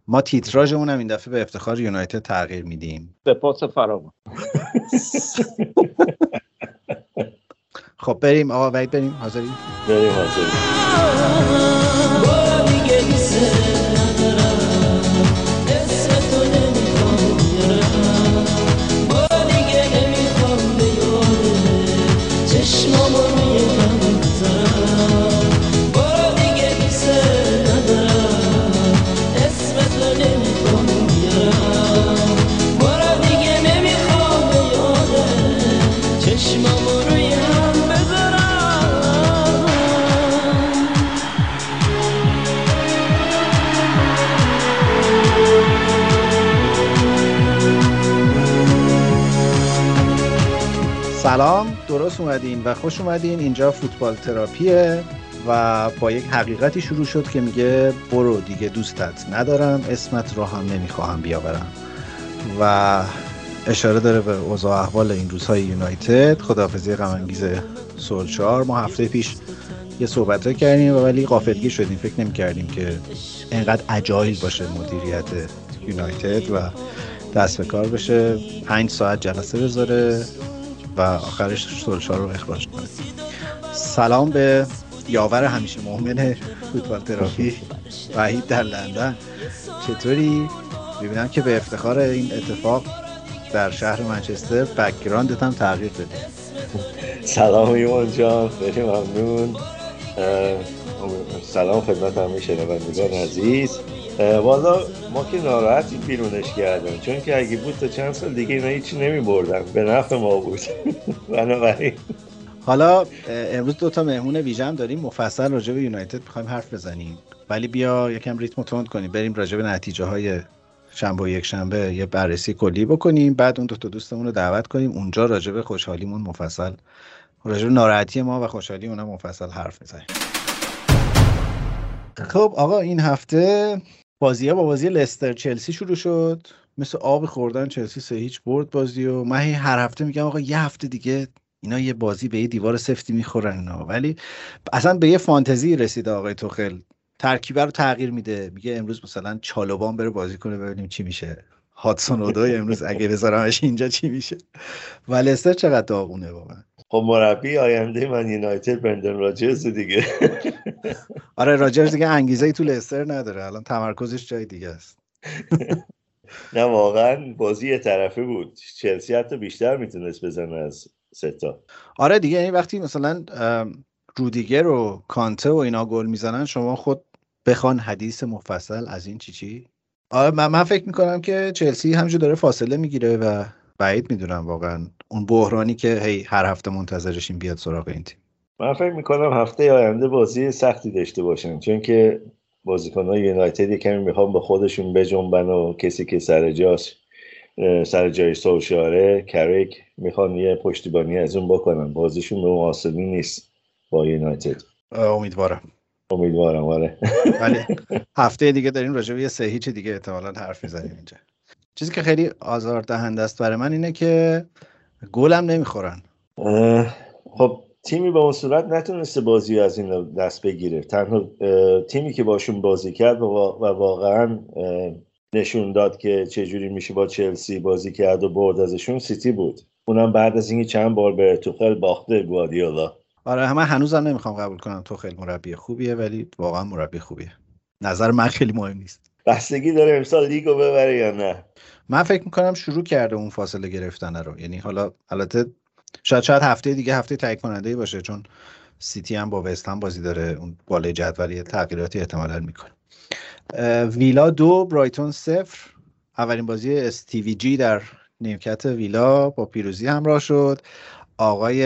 ما تیتراژمون هم این دفعه به افتخار یونایتد تغییر میدیم. سپاس فراوان. خب بریم آقا وحید، بریم حاضری؟ بریم حاضری. سلام، درست اومدین و خوش اومدین. اینجا فوتبال تراپیه و با یک حقیقتی شروع شد که میگه برو دیگه دوستت ندارم، اسمت رو هم نمیخواهم بیاورم و اشاره داره به اوضاع احوال این روزهای یونایتد، خداحافظی غم انگیز سولشار. ما هفته پیش یه صحبت کردیم ولی غافلگیر شدیم، فکر نمی‌کردیم که اینقدر اجایل باشه مدیریت یونایتد و دست به کار بشه 5 ساعت جلسه بذاره و آخرش سولشار رو اخراج کنه. سلام به یاور همیشه مؤمن فوتبال تراپی وحید در لندن. چطوری؟ ببینم که به افتخار این اتفاق در شهر منچستر بک‌گراندت هم تغییر دادی. سلام ایمان جان، خیلی ممنون. سلام خدمت همه شنوندگان عزیز. والا ما که ناراحتی بیرونش کردن، چون که اگه بود تا چند سال دیگه اینا هیچی نمی‌بردن، به نفع ما بود. بنابراین حالا امروز 2 تا مهمون ویژه هم داریم، مفصل راجع به یونایتد می‌خوایم حرف بزنیم، ولی بیا یکم ریتم تند کنیم، بریم راجع به نتیجه‌های شنبه و یک شنبه یه بررسی کلی بکنیم، بعد اون 2 تا دوستمون رو دعوت کنیم اونجا راجع به خوشحالیمون مفصل، راجع به ناراحتی ما و خوشحالی اونها مفصل حرف بزنیم. خب آقا، این هفته بازی‌ها با بازی لستر چلسی شروع شد، مثل آب خوردن چلسی 3-0 برد بازی و من هر هفته میگم آقا یه هفته دیگه اینا یه بازی به یه دیوار سفتی میخورن اینا، ولی اصلا به یه فانتزی رسید آقای توخل، ترکیب رو تغییر میده، میگه امروز مثلا چالوبان بره بازی کنه ببینیم چی میشه، هاتسون اودوی امروز اگه بذارمش اینجا چی میشه، و لستر چقدر داغونه واقعا. خب مربی آینده من یونایتد برندن راجرز دیگه. آره راجرز دیگه انگیزه ای تو لستر نداره، الان تمرکزش جای دیگه است. نه واقعا بازی یه طرفه بود، چلسی حتی بیشتر میتونست بزنه از 3 تا. آره دیگه، این وقتی مثلا رودیگر و کانته و اینا گل میزنن، شما خود بخوان حدیث مفصل از این چی. آره من فکر میکنم که چلسی همینجور داره فاصله میگیره و بعید میدونم واقعا اون بحرانی که هی هر هفته منتظرشیم بیاد سراغ این تیم. من فکر میکنم هفته آینده بازی سختی داشته باشن، چون که بازیکن‌های یونایتد یکمی میخوام به خودشون بجنبن و کسی که سر جای سولشاره کریک میخوان یه پشتیبانی از اون بکنن. بازیشون به اون آسانی نیست با یونایتد. امیدوارم آره. ولی هفته دیگه داریم راجع به یه 3-0 دیگه احتمالاً حرف میزنیم اینجا. چیزی که خیلی آزاردهنده است برای من اینه که گلم نمیخورن. خب تیمی به اون صورت نتونسته بازی از این دست بگیره. تنها تیمی که باشون بازی کرد و واقعا نشون داد که چجوری میشه با چلسی بازی کرد و برد ازشون سیتی بود، اونم بعد از اینکه چند بار به توخل باخته گواردیولا. آره من هنوزم نمیخوام قبول کنم توخل مربی خوبیه، ولی واقعا مربی خوبیه. نظر من خیلی مهم نیست. بستگی داره امسال لیگو ببره یا نه. من فکر میکنم شروع کرده اون فاصله گرفتن رو، یعنی حالا البته شاید هفته دیگه هفته تایید کننده باشه، چون سیتی هم با وست هم بازی داره، اون بالای جدولی تغییراتی احتمالاً میکنه. ویلا 2 برایتون 0، اولین بازی استیوی جی در نیمکت ویلا با پیروزی همراه شد. آقای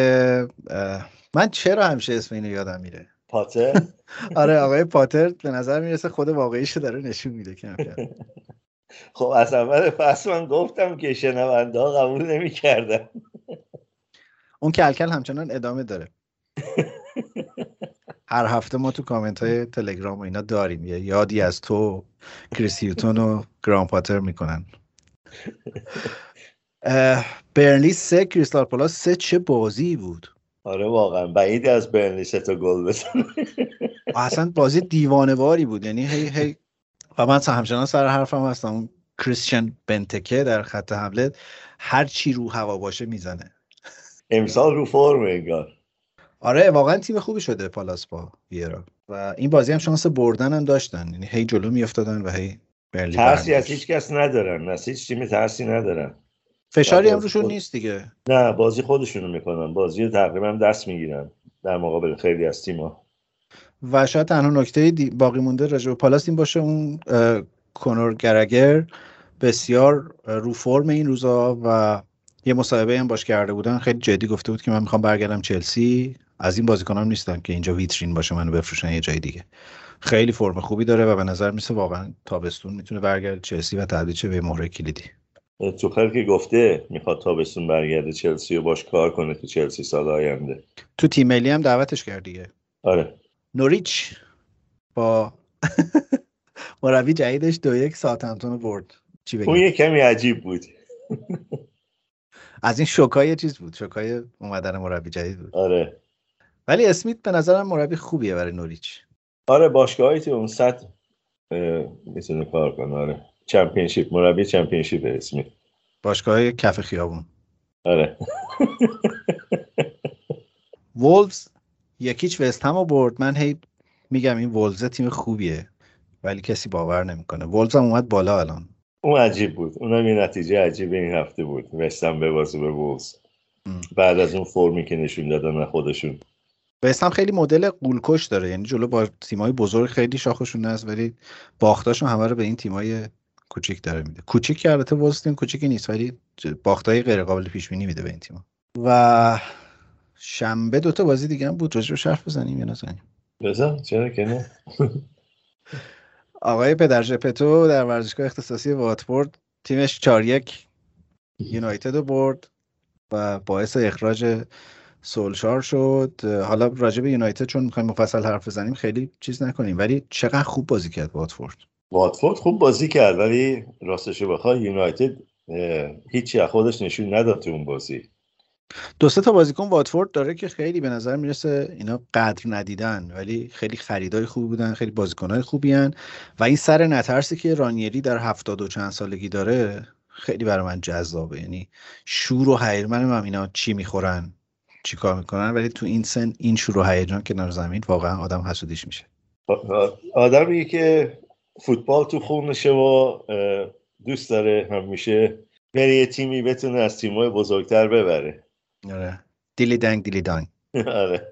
من چرا همیشه اسم اینو یادم میره، پاتر. آره آقای پاتر به نظر میرسه خود واقعیشو داره نشون میده کم کم. خب از اول فصل من گفتم که شنونده ها قبول نمی کردن. اون کلکل همچنان ادامه داره. هر هفته ما تو کامنت های تلگرام و اینا داریم یه یادی از تو کریس هیوتون و گرام پاتر میکنن. برنلی 3 کریستال پالاس 3 چه بازی بود. آره واقعا بعید از برنلی 3 تا گل بزنه. اصلا بازی دیوانه‌واری بود، یعنی هی و من همچنان سر حرفم هستم، اون کریستیان بنتکه در خط حمله هر چی رو هوا باشه میزنه. امسال رو فرم انگار. آره واقعا تیم خوبی شده پالاس با ویرا و این بازی هم شانس بردن هم داشتن، یعنی هی جلو میافتادن و هی برلی ترسی از هیچ کس ندارن، از هیچ تیمی ترسی ندارن، فشاری هم روشون نیست دیگه. نه بازی خودشونو میکنن، بازی رو تقریبا دست میگیرن در مقابل خیلی از تیم‌ها. و شاید تنها نکته باقی مونده راجع به پالاس این باشه اون کنور گرگر بسیار رو فرم این روزا و یه مصاحبه هم باش کرده بودن، خیلی جدی گفته بود که من میخوام برگردم چلسی، از این بازیکنام نیستم که اینجا ویترین باشه منو بفروشن یه جای دیگه. خیلی فرم خوبی داره و به نظر میسه واقعا تابستون میتونه برگرده چلسی و تبدیل شه به مهره کلیدی. توخل که گفته میخواد تابستون برگرده چلسی و باش کار کنه تو چلسی سال آینده. تو تیم ملی هم دعوتش کرد دیگه. آره. نوریچ با مربی جدیدش 2-1 ساوثهمپتون برد. چی بگم؟ اون یه کمی عجیب بود. از این شوکای چیز بود، شوکای اومدن مربی جدید بود. آره. ولی اسمیت به نظرم مربی خوبیه برای نوریچ. آره باشگاهی تو اون سطح میتونه کار کنه. آره چمپیونشیپ، مربی چمپیونشیپ اسمیت. باشگاه کف خیابون. آره. وولفز 1-0 وست هم برد. من هی میگم این وولفز تیم خوبیه ولی کسی باور نمیکنه. وولفز هم اومد بالا الان. اون عجیب بود، اونم یه نتیجه عجیب این هفته بود، وست هم ببازه به وولفز بعد از اون فرمی که نشون دادن خودشون. وست هم خیلی مدل قولکش داره، یعنی جلو با تیمای بزرگ خیلی شاخشون هست ولی باختاشون همه رو به این تیمای کوچیک داره میده. کوچیک که البته وولفز تیم کوچیکی نیست ولی باختای غیر قابل پیش بینی میده به این تیم‌ها. و شنبه 2 بازی دیگه هم بود، راجعش حرف بزنیم یا نزنیم؟ بزن، چرا که نه. آقای پدر ژپتو در ورزشگاه اختصاصی واتفورد تیمش 4-1 یونایتد رو برد و باعث اخراج سولشار شد. حالا راجع به یونایتد چون میخوایم مفصل حرف بزنیم خیلی چیز نکنیم، ولی چقدر خوب بازی کرد واتفورد. واتفورد خوب بازی کرد ولی راستش بخوای یونایتد هیچی از خودش نشون نداد تو اون بازی. 2-3 بازیکن واتفورد داره که خیلی به نظر میرسه اینا قدر ندیدن ولی خیلی خریدای خوبی بودن، خیلی بازیکنای خوبی هن. و این سر نترسی که رانیری در 70 و چند سالگی داره خیلی برای من جذابه، یعنی شور و هیجان هم اینا چی میخورن چی کار میکنن ولی تو این سن این شور و هیجان کنار زمین واقعا آدم حسودیش میشه. آدمی که فوتبال تو خونشه و دوست داره همیشه بره یه تیمی بتونه از تیم‌های بزرگتر ببره. آره دیلی دنگ. آره.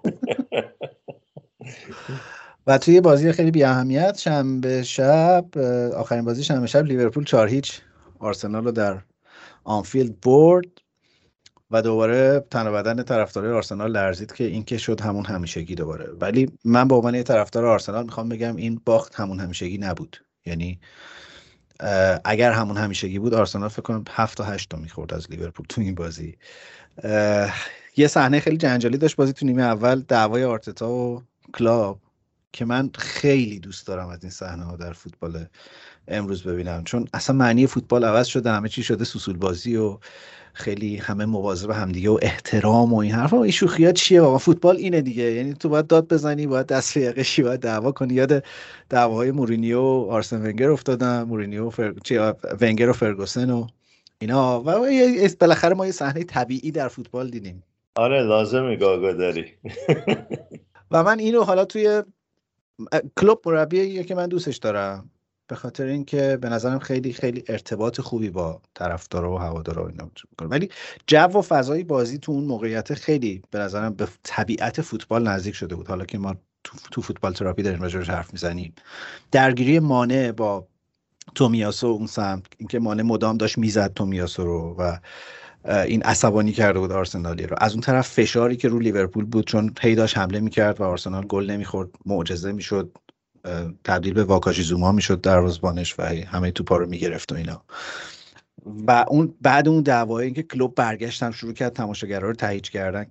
و توی بازی خیلی بی اهمیت شنبه شب، آخرین بازی شنبه شب، لیورپول 4-0 آرسنال رو در آنفیلد برد و دوباره تن و بدن طرفدارای آرسنال لرزید که این که شد همون همیشگی دوباره. ولی من به عنوان یه طرفدار آرسنال میخوام بگم این باخت همون همیشگی نبود. یعنی اگر همون همیشگی بود آرسنال فکر کنم 7 تا 8 تا میخورد از لیورپول تو این بازی. یه صحنه خیلی جنجالی داشت بازی تو نیمه اول، دعوای آرتتا و کلوب که من خیلی دوست دارم از این صحنه ها در فوتبال امروز ببینم، چون اصلا معنی فوتبال عوض شده، همه چی شده سوسول بازی و خیلی همه مواظب همدیگه و احترام و این حرفا. این شوخیات چیه واقعا؟ فوتبال اینه دیگه، یعنی تو باید داد بزنی، باید دست به یقه شی، باید دعوا کنی. یاد دعواهای مورینیو و آرسن ونگر افتادم، مورینیو ونگر و فرگوسن و اینا، و بالاخره ما یه صحنه طبیعی در فوتبال دیدیم. آره لازمه گاگاداری. و من اینو حالا توی کلوب مربیه که من دوستش دارم به خاطر اینکه به نظرم خیلی خیلی ارتباط خوبی با طرفدارا و هوادارا اینا میکنه، ولی جو و فضای بازی تو اون موقعیت خیلی به نظرم به طبیعت فوتبال نزدیک شده بود. حالا که ما تو فوتبال تراپی داریم راجعش حرف میزنیم، درگیری مانع با تومیاسو اون سمت، اینکه مانع مدام داشت میزد تومیاسو رو و این عصبانی کرده بود آرسنالی رو، از اون طرف فشاری که رو لیورپول بود چون هی داشت حمله میکرد و آرسنال گل نمیخورد، معجزه میشد، تبدیل به واکاشی زوما میشد دروازه‌بانش و همه توپا رو میگرفت و اینا. و اون بعد اون دعوایی که کلوب برگشتن شروع کرد تماشاگرها رو تهییج کردن که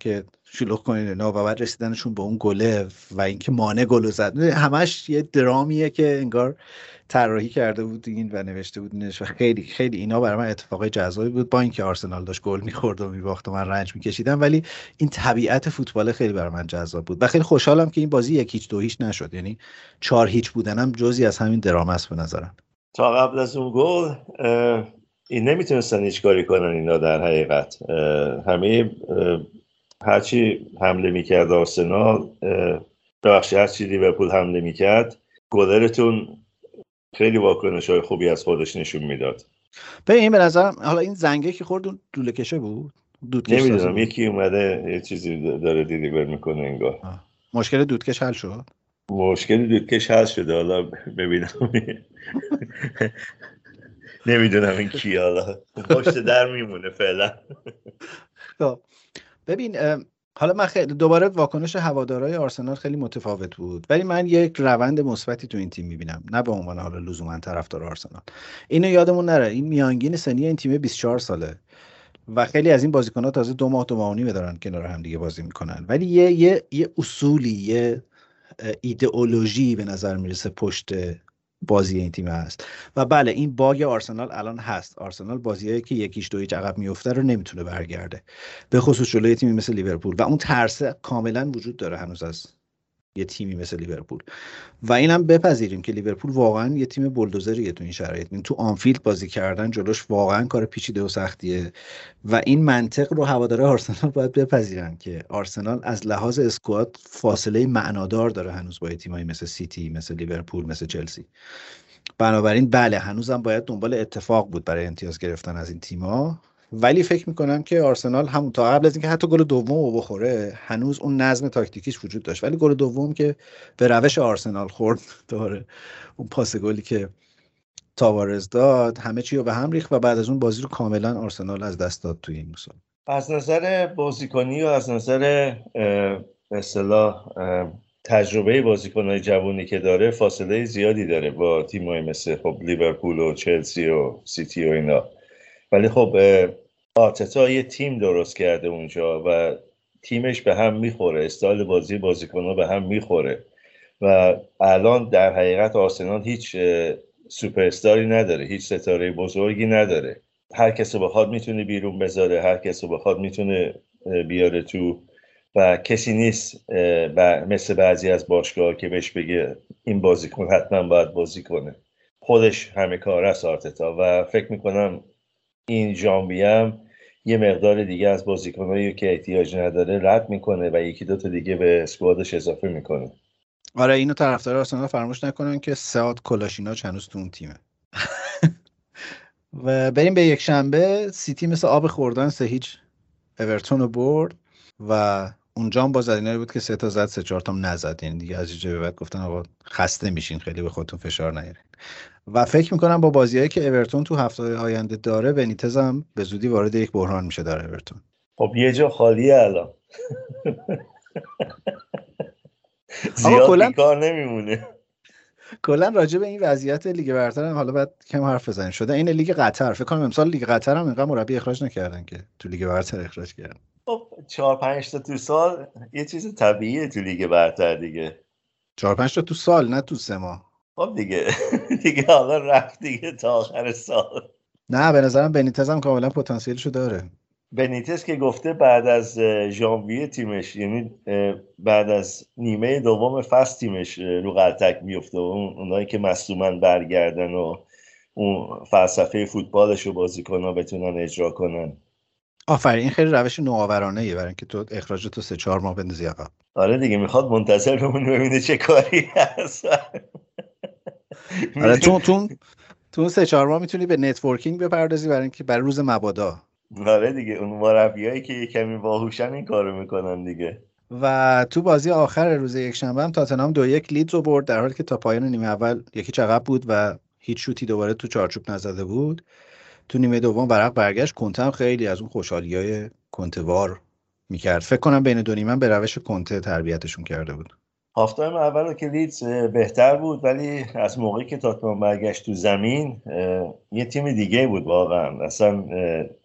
شلوغ کنین اینا و بعد رسیدنشون به اون گله و اینکه مانع گل زد، همش یه درامیه که انگار طراحی کرده بود این و نوشته بودینش و خیلی خیلی اینا برای من اتفاقای جذابی بود. با اینکه آرسنال داشت گل می‌خورد و می‌باخت و من رنج می‌کشیدم، ولی این طبیعت فوتبال خیلی برای من جذاب بود و خیلی خوشحالم که این بازی 1-2 نشد، یعنی 4-0 بودنم جزئی از همین درام است به نظرم. تا قبل از اون گل این نمیتونستن هیچ کاری کنن اینا در حقیقت. همه هرچی حمله میکرد آرسنال، ببخشید هرچی لیورپول حمله میکرد، گلرتون خیلی واکنش‌های خوبی از خودش نشون میداد. این به نظرم حالا این زنگه که خورد اون دوله کشه بود، دودکش نمیدونم یکی اومده یه چیزی داره دیلیور میکنه انگار. مشکل دودکش حل شد؟ مشکل دودکش حل شده، حالا ببینم. نمیدونم این کی، حالا پشت در میمونه فعلا. خب ببین، حالا من خیلی دوباره واکنش هوادارهای آرسنال خیلی متفاوت بود، ولی من یک روند مثبتی تو این تیم میبینم، نه به عنوان حالا لزوما طرفدار آرسنال. اینو یادمون نره این میانگین سنی این تیم 24 ساله و خیلی از این بازیکن‌ها تازه 2 ماه 2 ماه و نیم دارن کنار هم دیگه بازی میکنن، ولی یه اصولی، یه ایدئولوژی به نظر میرسه پشت بازی این تیم هست. و بله این باگ آرسنال الان هست، آرسنال بازیایی که 1-2 عقب میفته رو نمیتونه برگرده، به خصوص جلوی تیمی مثل لیورپول، و اون ترس کاملا وجود داره هنوز از یه تیمی مثل لیورپول. و اینم بپذیریم که لیورپول واقعا یه تیم بولدوزریه تو این شرایط. این تو آنفیلد بازی کردن جلوش واقعا کار پیچیده و سختیه و این منطق رو هواداره آرسنال باید بپذیرن که آرسنال از لحاظ اسکواد فاصله معنادار داره هنوز با تیمایی مثل سیتی، مثل لیورپول، مثل چلسی. بنابراین بله هنوزم باید دنبال اتفاق بود برای امتیاز گرفتن از این تیم‌ها، ولی فکر میکنم که آرسنال همون تا قبل از اینکه حتی گل دوم رو بخوره هنوز اون نظم تاکتیکیش وجود داشت، ولی گل دوم که به روش آرسنال خورد، دوباره اون پاس گلی که تاوارز داد همه چی رو به هم ریخت و بعد از اون بازی رو کاملا آرسنال از دست داد توی این مسابقه. از نظر بازیکنی و از نظر به اصطلاح تجربه بازیکن‌های جوانی که داره فاصله زیادی داره با تیم‌های مثل خب لیورپول و چلسی و سیتی و اینا، ولی خب آرتتا یه تیم درست کرده اونجا و تیمش به هم میخوره، استایل بازی بازیکن‌ها به هم میخوره و الان در حقیقت آرسنال هیچ سوپر استاری نداره، هیچ ستاره بزرگی نداره. هر کس رو بخواد میتونه بیرون بذاره، هر کس رو بخواد میتونه بیاره تو و کسی نیست مثل بعضی از باشگاه‌ها که بهش بگه این بازیکن حتما باید بازی کنه. خودش همه کار است آرتتا و فکر میکنم این ژانویه هم یه مقدار دیگه از بازیکنایی که احتیاج نداره رد میکنه و یکی دو تا دیگه به اسکوادش اضافه میکنه. آره اینو طرفدار آرسنال فراموش نکنن که سعاد کلاشیناچ هنوز تو اون تیمه. و بریم به یک شنبه. سیتی مثل آب خوردن 3-0 اورتون رو برد و اونجا هم باز اینایی بود که 3 تا زد 3-4 تا نزد، یعنی دیگه از اینجا به بعد گفتن آقا خسته میشین، خیلی به خودتون فشار نیارین. و فکر میکنم با بازیایی که اورتون تو هفته آینده داره بنیتز هم به زودی وارد یک بحران میشه در اورتون. خب یه جا خالیه الان. زیاد بیکار نمیمونه. کلا راجع به این وضعیت لیگ برتر هم حالا بعد کم حرف بزنیم. شده این لیگ قطر، فکر کنم امسال لیگ قطر هم اینقدر مربی اخراج نکردن که تو لیگ برتر اخراج کردن. خب 4-5 تا تو سال یه چیز طبیعیه تو لیگ برتر دیگه. 4-5 تا تو سال، نه تو 3 ماه. خب دیگه حالا رفت دیگه تا آخر سال. نه به نظرم بنیتز هم کاملا پتانسیلشو داره. بنیتز که گفته بعد از ژانویه تیمش، یعنی بعد از نیمه دوم فصل تیمش رو قلتک میفته و اونایی که مصدومن برگردن و اون فلسفه فوتبالش رو بازیکن‌ها بتونن اجرا کنن. آفرین، این خیلی روش نوآورانه‌ایه برای اینکه تو اخراجتو 3-4 ماه بندازی عقب. آره دیگه میخواد منتظر بمونه ببینه چه کاری هست. آره تو 3-4 ماه میتونی به نتورکینگ بپردازی برای اینکه برای روز مبادا. آره دیگه اون مربیایی که یه کمی باهوشن این کارو میکنن دیگه. و تو بازی آخر روز یکشنبه هم تاتنهام 2-1 لیدز رو برد در حالی که تا پایان نیمه اول 1-0 عقب بود و هیچ شوتی دوباره تو چارچوب نزده بود. تو نیمه دوم ورق برگشت. کنته هم خیلی از اون خوشحالیای کنته‌وار میکرد. فکر کنم بین دو نیمه به روش کنته تربیتشون کرده بود. هفته اول که لیدز بهتر بود، ولی از موقعی که تاتنهام برگشت تو زمین یه تیم دیگه بود واقعا. اصلا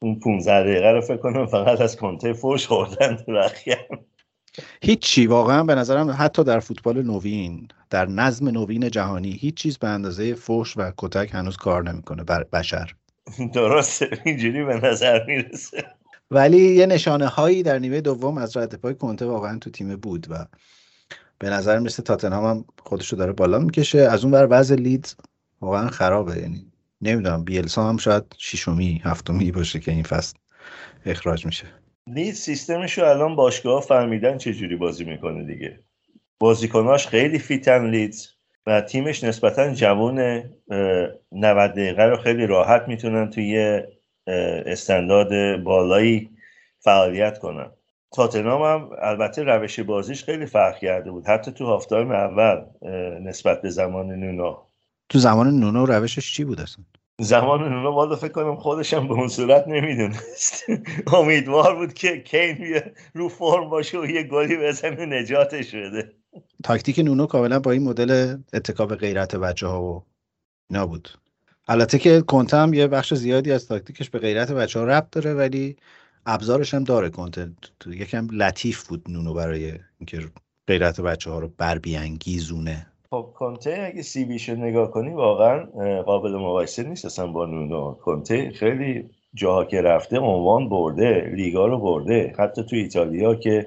اون 15 دقیقه رو فکر کنم فقط از کنته فوش خوردن تو رخیم. هیچی واقعا به نظرم حتی در فوتبال نوین، در نظم نوین جهانی، هیچ چیز به اندازه فوش و کتک هنوز کار نمیکنه بر بشر. درسته، اینجوری به نظر میرسه. ولی یه نشانه هایی در نیمه دوم از رد پای کنته واقعا تو تیم بود و به نظر میرسه تاتنهام هم خودشو داره بالا میکشه. از اون ور وضع لیدز واقعا خرابه، یعنی نمیدونم بیلسا هم شاید ششمی هفتمی باشه که این فصل اخراج میشه. لیدز سیستمشو الان باشگاه فهمیدن چه جوری بازی میکنه دیگه. بازیکناش خیلی فیتن لیدز و تیمش نسبتا جوونه، 90 دقیقه رو خیلی راحت میتونن توی استاندارد بالایی فعالیت کنن. تاتنهام هم البته روش بازیش خیلی فرق کرده بود، حتی تو هاف تایم اول نسبت به زمان نونو. تو زمان نونو روشش چی بود اصلا؟ زمان نونو والا فکر کنم خودش هم به اون صورت نمیدونست. امیدوار بود که کین رو فرم باشه و یه گلی بزنه نجاتش بده. تاکتیک نونو کاملا با این مدل اتکا به غیرت بچه‌ها و اینا بود. البته که کنته هم یه بخش زیادی از تاکتیکش به غیرت بچه‌ها ربط داره، ولی ابزارش هم داره کنته. یکم لطیف بود نونو برای اینکه غیرت بچه‌ها رو بربیانگیزونه. خب کنته اگه سی بیشو نگاه کنی واقعا قابل مقایسه نیست اصلا با نونو. کنته خیلی جاها که رفته عنوان برده، لیگا رو برده، حتی تو ایتالیا که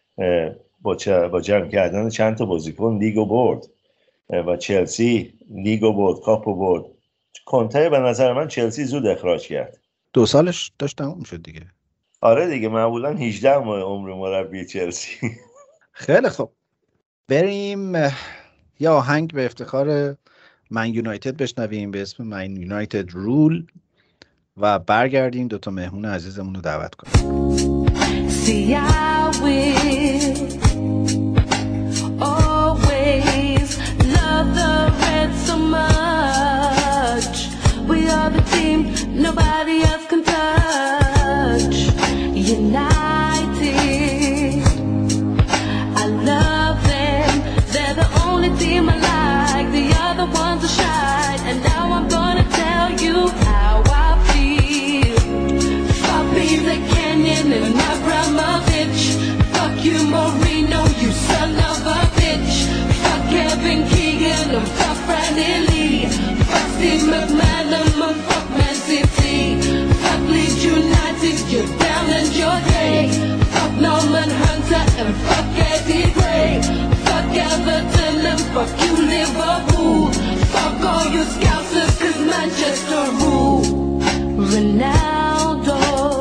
با جمع کردن چند تا بازیکن لیگو برد و چلسی لیگو برد، کاپو برد. کنته به نظر من چلسی زود اخراج کرد. 2 سالش داشت تموم شد دیگه. آره دیگه، معمولا 18 ماه عمر مربی چلسی. خیلی خب بریم یه آهنگ به افتخار من یونایتد بشنویم به اسم من یونایتد رول و برگردیم دوتا مهمون عزیزمون رو دعوت کنیم. See, I will always love the Reds so much. We are the team nobody else can touch. United, I love them. They're the only team I like. The other ones are shy. And now I'm gonna tell you how I feel. Fuck me, the Canyon and Abramovich. Fuck you, Marino, you son of a bitch. Fuck Kevin Keegan and fuck Brandon Lee. Fuck Steve McManaman and fuck Man City. Fuck Leeds United, you're down and you're gay. Fuck Norman Hunter and fuck Eddie Gray. Fuck Everton and fuck you, Liverpool. Fuck all you scousers, cause Manchester rule. Ronaldo,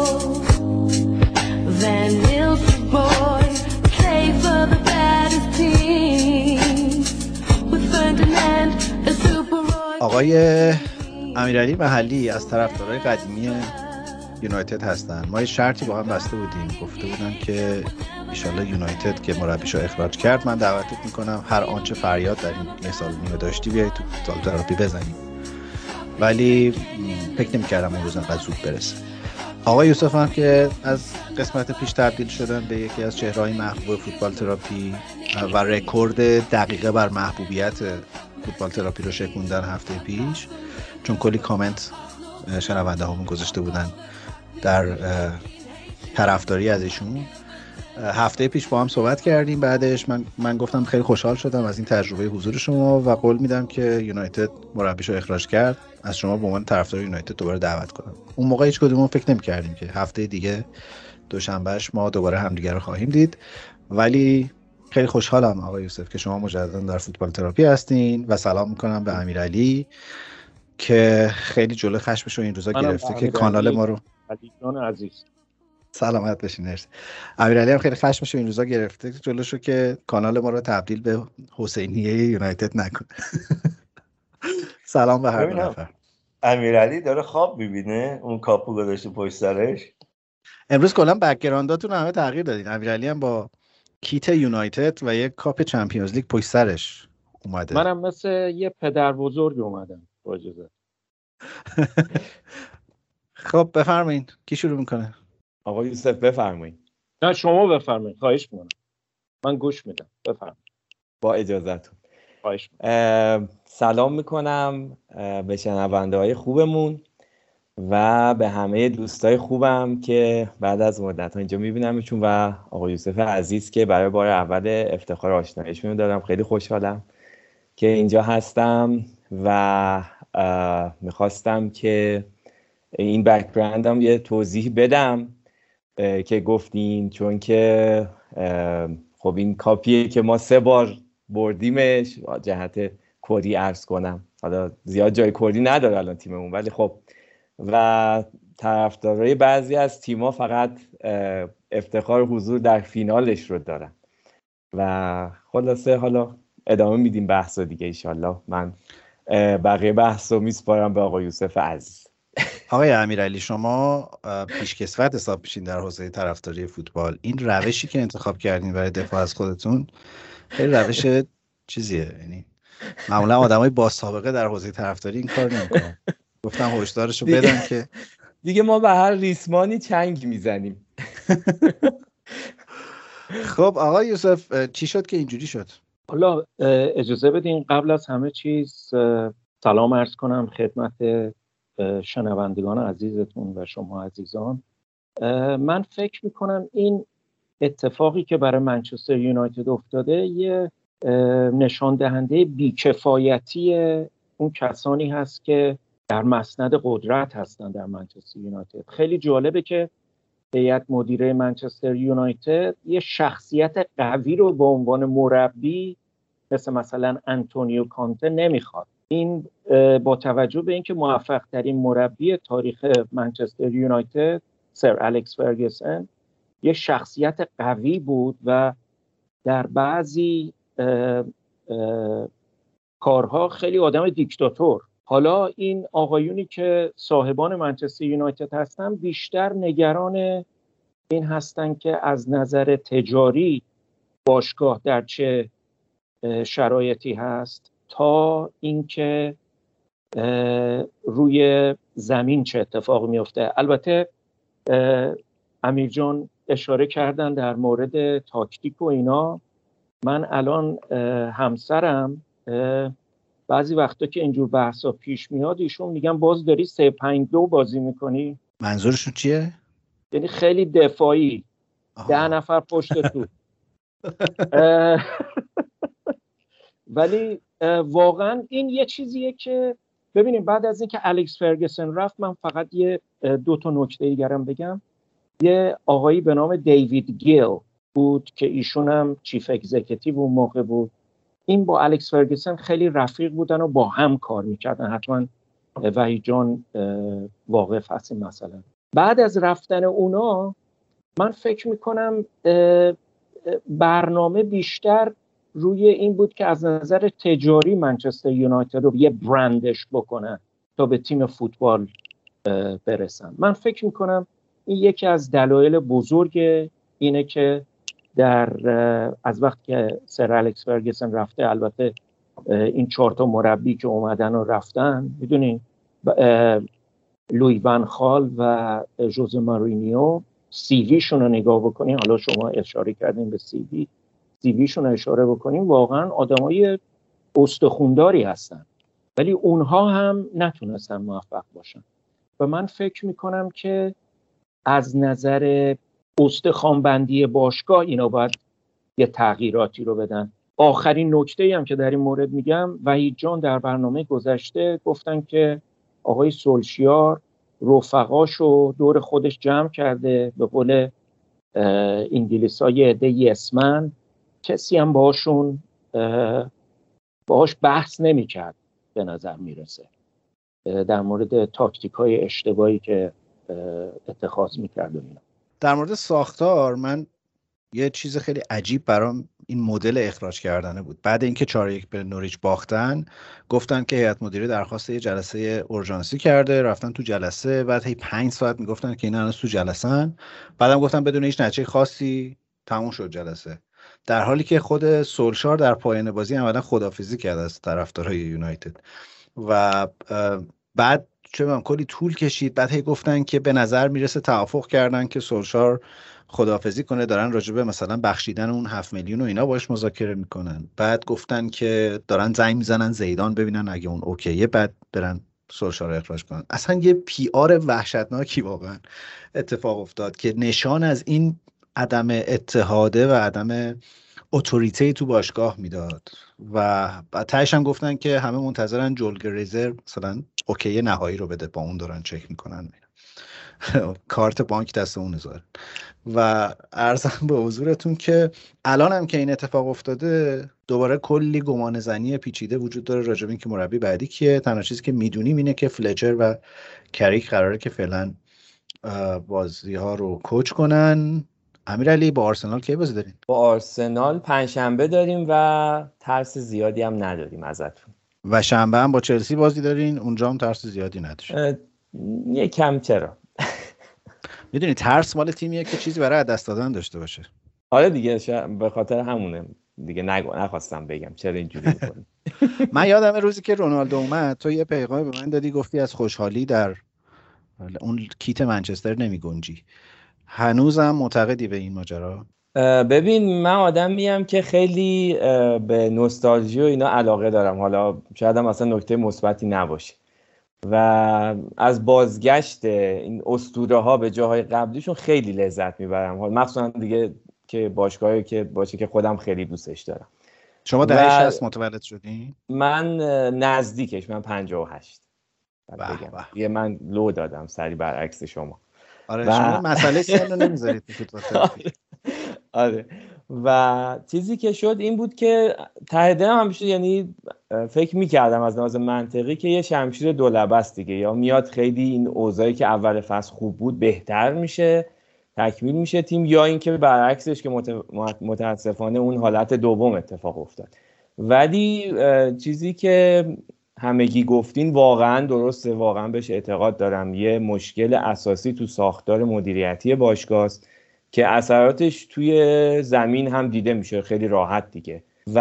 Van Nistelrooy, play for the baddest team. With Ferdinand, a super Roy. آقای امیرعلی محلی از طرفدارای قدیمی یونایتد هستن. ما یه شرطی با هم بسته بودیم، گفته بودن که انشالله یونایتد که مربیشو اخراج کرد من دعوتت میکنم هر آنچه فریاد در این سال نیمه داشتی بیای تو فوتبال تراپی بزنیم، ولی فکر نمی‌کردم اون روز انقدر زود برسه. آقای یوسف هم که از قسمت پیش تبدیل شدن به یکی از چهره‌های محبوب فوتبال تراپی و رکورد دقیقه بر محبوبیت فوتبال تراپی رو شکوندن هفته پیش، چون کلی کامنت شنونده همون گذاشته بودن در طرفداری از ایشون. هفته پیش با هم صحبت کردیم، بعدش من گفتم خیلی خوشحال شدم از این تجربه حضور شما و قول میدم که یونایتد مربیشو اخراج کرد از شما به عنوان طرفدار یونایتد دوباره دعوت کنم. اون موقع هیچ کدومون فکر نمی‌کردیم که هفته دیگه دوشنبهش ما دوباره همدیگه رو خواهیم دید، ولی خیلی خوشحالم آقای یوسف که شما مجددا در فوتبال تراپی هستین و سلام میکنم به امیرعلی که خیلی جلوی خشمش رو این روزا گرفته که کانال ما رو عزیزان عزیز سلامت باشین. امیرعلی هم خیلی خشمش رو این روزا گرفته جلوشو که کانال ما رو تبدیل به حسینیه یونایتد نکنه. سلام به هر دو نفر. امیرعلی داره خواب می‌بینه، اون کاپو گذاشته پشت سرش. امروز کلا بک‌گرانداتون همه تغییر دادین. امیرعلی هم با کیت یونایتد و یک کاپ چمپیونز لیگ پشت سرش اومده. منم مثل یه پدر بزرگ اومدم با اجازه. خب بفرمایید کی شروع میکنه؟ آقا یوسف بفرمایید. نه شما بفرمایید، خواهش میکنم، من گوش میدم، بفرمایید. با اجازهتون خواهش میکنم. سلام میکنم به شنونده های خوبمون و به همه دوستای خوبم که بعد از مدت ها اینجا میبینمشون و آقای یوسف عزیز که برای بار اول افتخار آشناییشون دارم. خیلی خوشحالم که اینجا هستم و میخواستم که این بک‌گراندم یه توضیح بدم که گفتین، چون که خب این کاپیه که ما 3 بار بردیمش. جهت کری عرض کنم، حالا زیاد جای کری نداره الان تیممون، ولی خب و طرفدارای بعضی از تیم‌ها فقط افتخار حضور در فینالش رو دارن و خلاصه حالا ادامه میدیم بحث رو دیگه انشالله. من بقیه بحث رو میسپارم به آقای یوسف عزیز. آقای امیرعلی، شما پیشکسوت حساب میشین در حوزه طرفداری فوتبال. این روشی که انتخاب کردین برای دفاع از خودتون خیلی روش چیزیه، یعنی معمولا آدمای با سابقه در حوزه طرفداری این کار نمیکنن. گفتم هشدارشو بدم که دیگه ما به هر ریسمانی چنگ میزنیم. خب آقای یوسف، چی شد که اینجوری شد؟ حالا اجازه بدین قبل از همه چیز سلام عرض کنم خدمت شنوندگان عزیزتون و شما عزیزان. من فکر میکنم این اتفاقی که برای منچستر یونایتد افتاده یه نشان دهنده بیکفایتی اون کسانی هست که در مسند قدرت هستن در منچستر یونایتد. خیلی جالبه که هیئت مدیره منچستر یونایتد یه شخصیت قوی رو به عنوان مربی مثلا آنتونیو کانته نمیخواد. این با توجه به اینکه موفق ترین مربی تاریخ منچستر یونایتد سر الکس فرگوسن یه شخصیت قوی بود و در بعضی کارها خیلی آدم دیکتاتور. حالا این آقایونی که صاحبان منچستر یونایتد هستن بیشتر نگران این هستن که از نظر تجاری باشگاه در چه شرایطی هست تا اینکه روی زمین چه اتفاقی میفته. البته امیر جان اشاره کردن در مورد تاکتیک و اینا. من الان همسرم بعضی وقتا که اینجور بحثا پیش میاد ایشون میگن باز داری 3-5-2 بازی میکنی. منظورشون چیه؟ یعنی خیلی دفاعی، 10 نفر پشت تو. ولی واقعا این یه چیزیه که ببینیم بعد از اینکه الکس فرگوسن رفت، من فقط یه 2 تا نکته دیگرم بگم. یه آقایی به نام دیوید گیل بود که ایشون هم چیف اگزیکیتیو اون موقع بود. این با الکس فرگوسن خیلی رفیق بودن و با هم کار میکردن. حتما وحید جان واقف هستی. مثلا بعد از رفتن اونا من فکر میکنم برنامه بیشتر روی این بود که از نظر تجاری منچستر یونایتد رو یه برندش بکنن تا به تیم فوتبال برسن. من فکر میکنم این یکی از دلایل بزرگ اینه که از وقت که سر الکس فرگوسن رفته، البته این 4 تا مربی که اومدن و رفتن، میدونین لوی ون خال و ژوزه مورینیو سی وی شون رو نگاه بکنین. حالا شما اشاره کردین به سی وی شون اشاره بکنین، واقعا آدمای استخونداری هستن، ولی اونها هم نتونستن موفق باشن. و من فکر میکنم که از نظر استخوان‌بندی باشگاه اینا باید یه تغییراتی رو بدن. آخرین نکته‌ای هم که در این مورد میگم، وحید جان در برنامه گذشته گفتن که آقای سولشیار رفقاشو دور خودش جمع کرده، به قول انگلیس‌ها یه عده یسمن، کسی هم باهاش بحث نمی‌کرد به نظر میرسه در مورد تاکتیک‌های اشتباهی که اتخاذ می‌کرد. در مورد ساختار من یه چیز خیلی عجیب برام این مدل اخراج کردنه بود. بعد اینکه 4-1 به نوریچ باختن، گفتن که هیئت مدیره درخواست یه جلسه اورژانسی کرده، رفتن تو جلسه، بعد هی 5 ساعت میگفتن که اینا هنوز تو جلسه‌ن، بعدم گفتن بدون هیچ نتیجه خاصی تموم شد جلسه، در حالی که خود سولشار در پایان بازی عملاً خداحافظی کرد از طرفدارای یونایتد. و بعد چه کلی طول کشید، بعد هی گفتن که به نظر میرسه توافق کردن که سولشار خداحافظی کنه، دارن راجبه مثلا بخشیدن اون 7 میلیون و اینا باش مذاکره میکنن. بعد گفتن که دارن زنگ میزنن زیدان ببینن اگه اون اوکیه بعد برن سولشار رو اخراج کنن. اصلا یه پی آر وحشتناکی واقعا اتفاق افتاد که نشان از این عدم اتحاده و عدم اتوریته تو باشگاه میداد و تهش هم گفتن که همه منتظرن جول گریزر مثلا اوکی نهایی رو بده، با اون دارن چک میکنن کارت بانک دست اون نذاره. و عرضم به حضورتون که الان هم که این اتفاق افتاده دوباره کلی گمان زنی پیچیده وجود داره راجع به اینکه مربی بعدی کیه. تنها چیزی که میدونیم اینه که فلچر و کریک قراره که فعلا بازی ها رو کوچ کنن. امیرعلی با آرسنال کی بازی دارین؟ با آرسنال پنجشنبه داریم و ترس زیادی هم نداریم ازتون. و شنبه هم با چلسی بازی دارین، اونجا هم ترس زیادی ندارین؟ یکم چرا؟ میدونی ترس مال تیمیه که چیزی برای دست دادن داشته باشه. آره دیگه به خاطر همونه دیگه نخواستم بگم چرا اینجوری میکنی. من یادم روزی که رونالدو اومد تو یه پیغام به من دادی، گفتی از خوشحالی در اون کیت منچستر نمی گنجی. هنوزم معتقدی به این ماجرا؟ ببین من آدمیم که خیلی به نوستالژی و اینا علاقه دارم، حالا شاید هم اصلا نکته مثبتی نباشه و از بازگشت این اسطوره ها به جاهای قبلیشون خیلی لذت میبرم، مخصوصا دیگه که باشگاهی که باشه که خودم خیلی دوستش دارم. شما دهه 60 متولد شدین؟ من نزدیکش، من 58. یه من لو دادم سری برعکس شما. آره شما مسئله سن رو نمیذارید تو فوتبال. آره و چیزی که شد این بود که ته دلم همیشه یعنی فکر میکردم از لحاظ منطقی که یه شمشیر دولبه است دیگه، یا میاد خیلی این اوضاعی که اول فصل خوب بود بهتر میشه، تکمیل میشه تیم، یا اینکه برعکسش که متاسفانه اون حالت دوم اتفاق افتاد. ولی چیزی که همگی گفتین واقعا درسته، واقعا بهش اعتقاد دارم. یه مشکل اساسی تو ساختار مدیریتی باشگاه است که اثراتش توی زمین هم دیده میشه خیلی راحت دیگه. و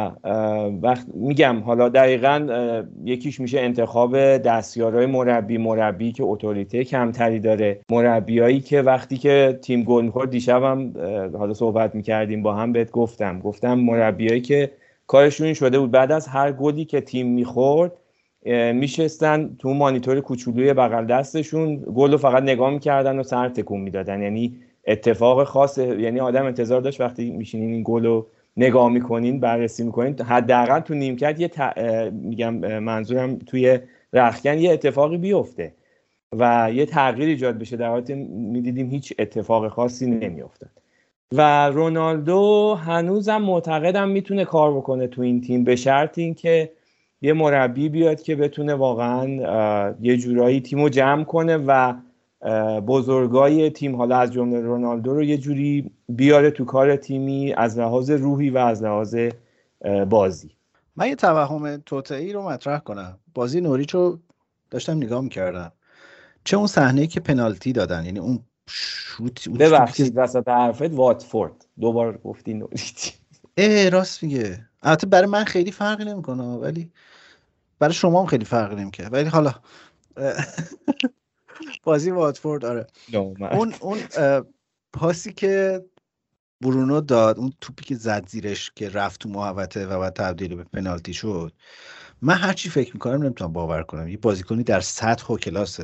وقت میگم حالا دقیقاً یکیش میشه انتخاب دستیارای مربی که اتوریته کمتری داره، مربیایی که وقتی که تیم گل می‌خورد، دیشبم حالا صحبت میکردیم با هم، بهت گفتم مربیایی که کارشون این شده بود بعد از هر گلی که تیم میخورد میشستن تو مانیتور کوچولوی بغل دستشون گل رو فقط نگاه میکردن و سر تکون میدادن. یعنی اتفاق خاصه، یعنی آدم انتظار داشت وقتی میشینین این گل رو نگاه میکنین بررسی میکنین حداقل تو نیمکت میگم منظورم توی رختکن یه اتفاقی بیفته و یه تغییر ایجاد بشه، در حالی میدیدیم هیچ اتفاق خاصی نمیافتاد. و رونالدو هنوزم معتقدم میتونه کار بکنه تو این تیم، به شرط این که یه مربی بیاد که بتونه واقعا یه جورایی تیمو جمع کنه و بزرگای تیم، حالا از جمله رونالدو رو یه جوری بیاره تو کار تیمی از لحاظ روحی و از لحاظ بازی. من یه توهم توطئه‌ای رو مطرح کنم. بازی نوریچ رو داشتم نگاه می‌کردم، چه اون صحنه‌ای که پنالتی دادن، یعنی اون شوت، ببخشید وسط حرفت واتفورد دوبار گفتی نوریچ. راست میگه. البته برای من خیلی فرقی نمی‌کنه ولی برای شما هم خیلی فرقی نمی‌کنه، ولی حالا بازی واتفورد آره اون پاسی که برونو داد، اون توپی که زد زیرش که رفت تو محوطه و بعد تبدیل به پنالتی شد، من هرچی فکر میکنم نمیتونم باور کنم یه بازیکنی در سطح و کلاس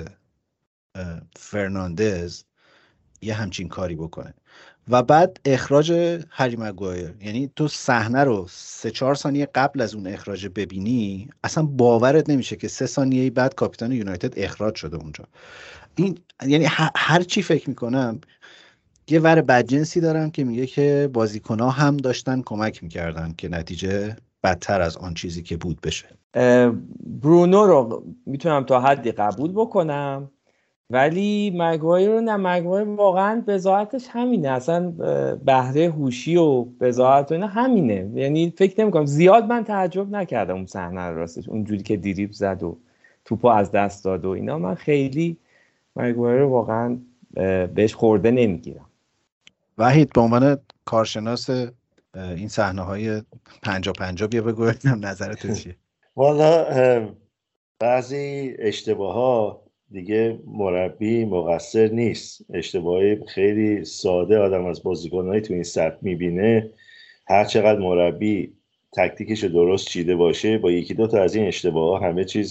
فرناندز یه همچین کاری بکنه. و بعد اخراج هری مگوایر، یعنی تو صحنه رو 3-4 ثانیه قبل از اون اخراج ببینی اصلا باورت نمیشه که 3 ثانیه بعد کاپیتان یونایتد اخراج شده اونجا. این یعنی هر چی فکر میکنم یه ور بدجنسی دارم که میگه که بازیکن‌ها هم داشتن کمک میکردن که نتیجه بدتر از آن چیزی که بود بشه. برونو رو میتونم تا حدی قبول بکنم، ولی مگوایر رو نه. مگوایر واقعا بضاعتش همینه، اصلا بهره هوشی و بضاعت و اینا همینه. یعنی فکر نمی‌کنم زیاد من تعجب نکردم اون صحنه رو راستش، اونجوری که دریبل زد و توپو از دست داد و اینا، من خیلی مگوایر رو واقعا بهش خورده نمیگیرم. وحید به عنوان کارشناس این صحنه‌های 50-50 بیا بگو نظرت چیه؟ والا بعضی اشتباه‌ها دیگه مربی مقصر نیست، اشتباهی خیلی ساده آدم از بازیکن‌های تو این سطح میبینه. هر چقدر مربی تکتیکش رو درست چیده باشه، با یکی دو تا از این اشتباه‌ها همه چیز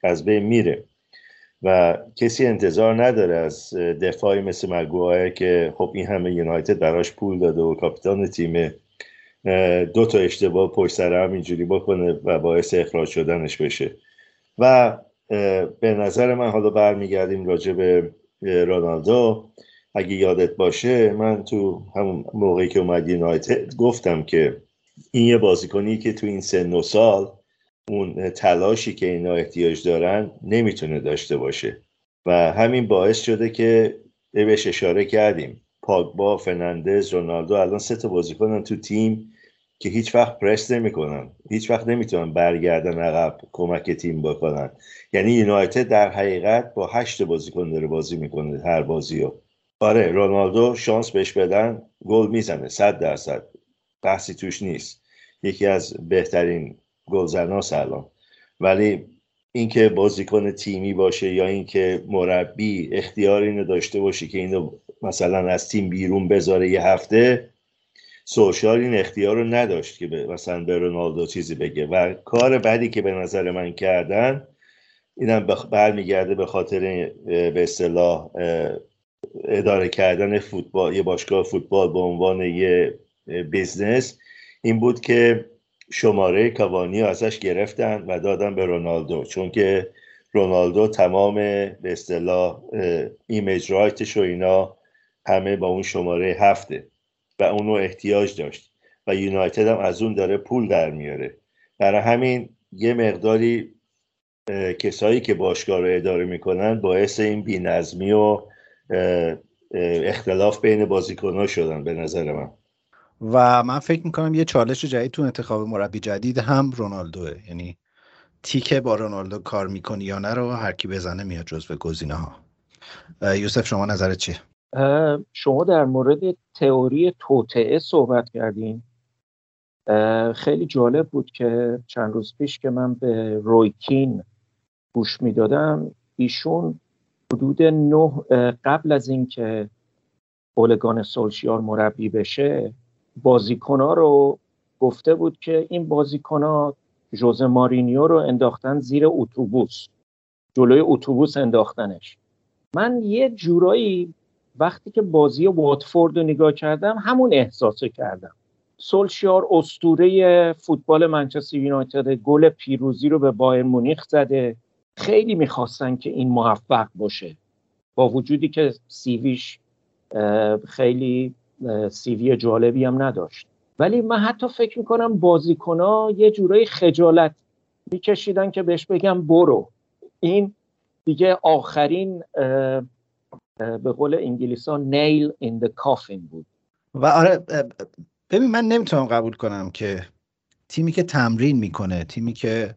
از بین میره و کسی انتظار نداره از دفاعی مثل مگوایر که خب این همه یونایتد براش پول داده و کاپیتان تیم 2 تا اشتباه پشت سر هم اینجوری بکنه و باعث اخراج شدنش بشه. و به نظر من حالا برمیگردیم راجع به رونالدو. اگه یادت باشه من تو همون موقعی که اومد یونایتد گفتم که این یه بازیکنی که تو این سن و سال اون تلاشی که اینا احتیاج دارن نمیتونه داشته باشه و همین باعث شده که بهش اشاره کردیم. پاگبا، فرناندز، رونالدو الان 3 تا بازیکنن تو تیم که هیچ وقت پرس نمیکنن، هیچ وقت نمیتونن برگردن عقب کمک تیم بکنن. یعنی یونایتد در حقیقت با 8 بازیکن داره بازی میکنه هر بازیو. آره رونالدو شانس بهش بدن گل میزنه 100%، بحثی توش نیست، یکی از بهترین گلزناست الان. ولی اینکه بازیکن تیمی باشه یا اینکه مربی اختیار اینو داشته باشه که اینو مثلا از تیم بیرون بذاره یه هفته، سولشار این اختیار رو نداشت که مثلا به رونالدو چیزی بگه. و کار بعدی که به نظر من کردن اینم برمیگرده به خاطر به اصطلاح اداره کردن فوتبال، یه باشگاه فوتبال به عنوان یه بیزنس، این بود که شماره کاوانی ازش گرفتن و دادن به رونالدو، چون که رونالدو تمام به اصطلاح ایمیج رایتش و اینا همه با اون شماره 7 و اونو احتیاج داشت و یونایتد هم از اون داره پول در میاره. برای همین یه مقداری کسایی که باشگاه رو اداره میکنن باعث این بی‌نظمی و اختلاف بین بازیکن‌ها شدن به نظر من. و من فکر میکنم یه چالش جدید تو انتخاب مربی جدید هم رونالدوه. یعنی تیکه با رونالدو کار میکنی یا نه رو هر کی بزنه میاد جزو گزینه‌ها. یوسف شما نظرت چیه؟ شما در مورد تئوری توطئه صحبت کردین. خیلی جالب بود که چند روز پیش که من به روی کین گوش میدادم، ایشون حدود 9 قبل از این که اول گانر سولشار مربی بشه بازیکن‌ها رو گفته بود که این بازیکن‌ها ژوزه مارینیو رو انداختن زیر اتوبوس، جلوی اتوبوس انداختنش. من یه جورایی وقتی که بازی واتفورد رو نگاه کردم همون احساسو کردم. سولشار اسطوره فوتبال منچستر یونایتد، گل پیروزی رو به بایر مونیخ زده، خیلی میخواستن که این موفق باشه با وجودی که سیویش خیلی سیوی جالبی هم نداشت. ولی من حتی فکر میکنم بازیکن‌ها یه جورایی خجالت میکشیدن که بهش بگم برو، این دیگه آخرین به قول انگلیسان nail in the coffin بود. و آره ببین من نمیتونم قبول کنم که تیمی که تمرین میکنه، تیمی که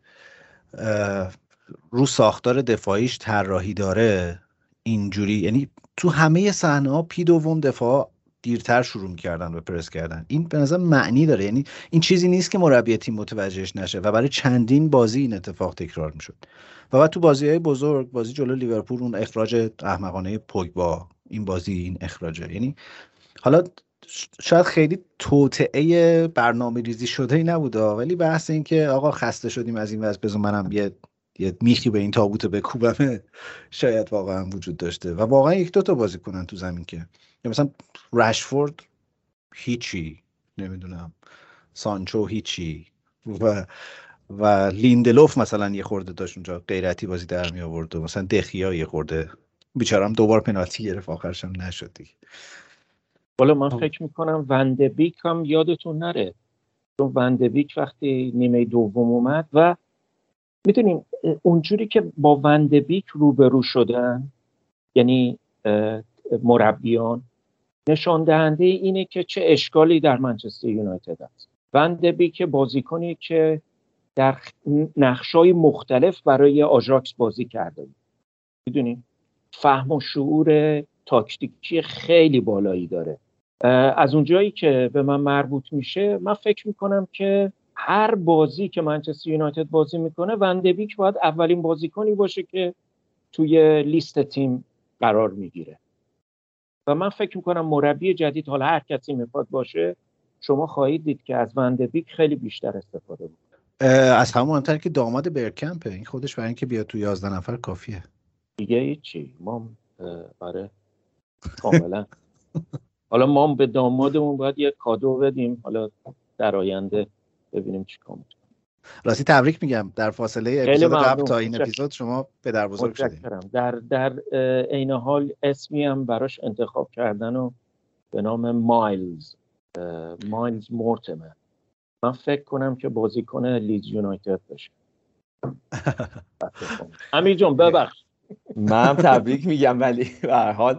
رو ساختار دفاعیش طراحی داره اینجوری، یعنی تو همه صحنه‌ها پی دوم دفاع دیرتر شروع می‌کردن به پرس کردن. این به نظر معنی داره، یعنی این چیزی نیست که مربی تیم متوجهش نشه و برای چندین بازی این اتفاق تکرار می‌شد. و بعد تو بازی‌های بزرگ، بازی جلو لیورپول اون اخراج احمقانه پوگبا، این بازی این اخراجه، یعنی حالا شاید خیلی توطئه برنامه‌ریزی شده ای نبوده، ولی بحث این که آقا خسته شدیم از این وضع بذار منم یه میخی به این تابوت بکوبم شاید واقعا وجود داشته. و واقعا 1-2 تا بازی کنن تو زمین که مثلا رشفورد هیچی، نمیدونم سانچو هیچی و لیندلوف مثلا یه خورده داشت اونجا غیرتی بازی در می آورد و مثلا دخیا یه خورده بیچاره‌ام 2 بار پنالتی گرفت آخرش هم نشد دیگه. حالا من فکر میکنم وندبیک هم یادتون نره، چون وندبیک وقتی نیمه دوم اومد و میدونیم اونجوری که با وندبیک روبرو شدن، یعنی مربیان، نشان دهنده اینه که چه اشکالی در منچستر یونایتد است. وندبیک بازیکنی که در نقشای مختلف برای آژاکس بازی کرده بود، میدونیم فهم و شعور تاکتیکی خیلی بالایی داره. از اونجایی که به من مربوط میشه، من فکر میکنم که هر بازی که منچستر یونایتد بازی میکنه وندبیک باید اولین بازیکنی باشه که توی لیست تیم قرار میگیره. و من فکر میکنم مربی جدید، حالا هر کسی میخواد باشه، شما خواهید دید که از وندبیک خیلی بیشتر استفاده بود. از همون مهمتر که داماد برکمپه، این خودش برای اینکه بیاد تو 11 نفر کافیه دیگه. هیچی ما آره کاملا. حالا ما به دامادمون باید یه کادو بدیم، حالا در آینده ببینیم چی کار می‌کنیم. راستی تبریک میگم در فاصله اپیزود قبل تا این اپیزود شما پدر بزرگ شدید. در عین حال اسمی هم براش انتخاب کردن و به نام مایلز مورتمر. من فکر کنم که بازیکن لیدز یونایتد بشه. امیر جان ببخش. من تبریک میگم ولی به هر حال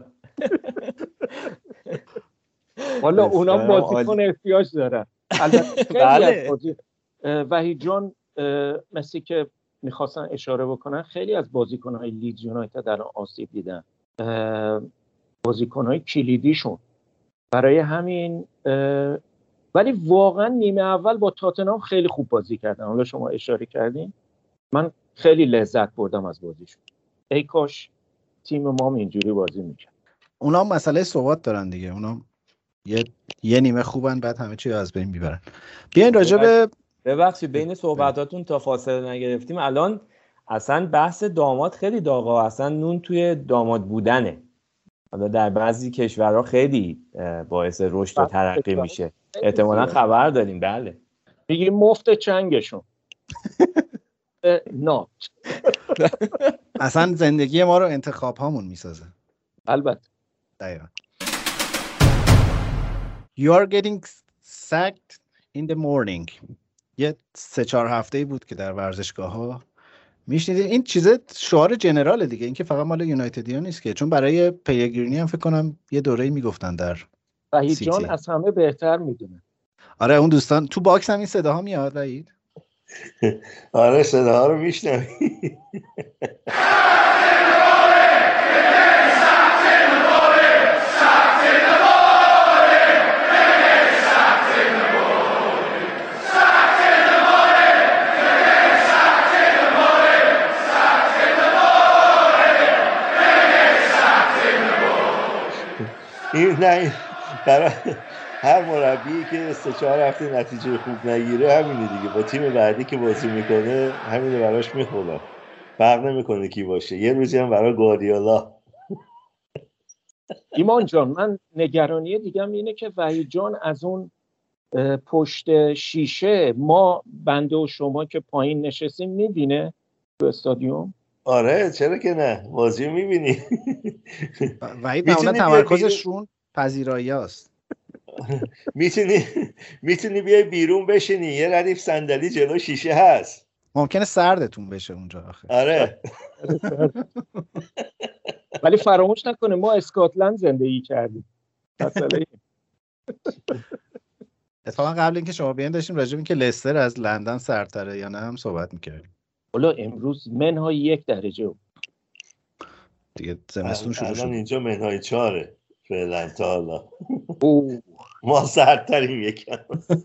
والا اونا بازیکن احتیاج دارن. البته خیلی از بازی وحید جان مثل که میخواستن اشاره بکنن خیلی از بازیکن‌های لیدز یونایتد در آسیب دیدن، بازیکن‌های کلیدیشون. برای همین ولی واقعا نیمه اول با تاتنهام خیلی خوب بازی کردن. حالا شما اشاره کردین، من خیلی لذت بردم از بازیشون. ای کاش تیم ما اینجوری بازی میکرد. اونا مسئله ثبات دارن دیگه، اونا یه نیمه خوبن بعد همه چی از بین میبرن. بیاین راجع به ببخشید بین صحبتاتون تا فاصله نگرفتیم، الان اصلا بحث داماد خیلی داغا، اصلا نون توی داماد بودنه. حالا در بعضی کشورها خیلی باعث رشد و ترقی میشه، احتمالاً خبر داریم. بله میگیم مفت چنگشون نات. اصلا زندگی ما رو انتخاب هامون میسازه. البته دقیقا. You are getting sacked in the morning. یه 3-4 هفته‌ای بود که در ورزشگاه ها میشنیدید. این چیزه شعار جنراله دیگه، این که فقط مال یونایتدیا نیست که، چون برای پیگرینی هم فکر کنم یه دوره‌ای میگفتن در وحید جان از همه بهتر میدونه. آره اون دوستان تو باکس هم این صداها میاد وحید؟ آره صداها رو میشنوی. این نه برای هر مربی که 3-4 هفته نتیجه خوب نگیره همینه دیگه، با تیم بعدی که بازی میکنه همینه براش میخوره، فرق نمیکنه کی باشه. یه روزی هم برای گواردیولا. ایمان جان من نگرانی دیگم اینه که وحید جان از اون پشت شیشه ما بنده و شما که پایین نشستیم میبینه تو استادیوم. آره چرا که نه، بازی میبینی. وحید معمولا تمرکزشون پذیرایی هست. میتونی بیای بیرون بشینی، یه ردیف صندلی جلو شیشه هست، ممکنه سردتون بشه اونجا آخه. آره. ولی فراموش نکنه ما اسکاتلند زندگی کردیم. مسئله اتفاقا قبل اینکه شما بیاین داشتیم راجع به اینکه لستر از لندن سردتره یا نه هم صحبت می‌کردیم. حالا امروز منهای 1 درجه دیگه زمستون شروع شد. اینجا منهای 4 فعلا تا حالا. ما سردتریم یکم.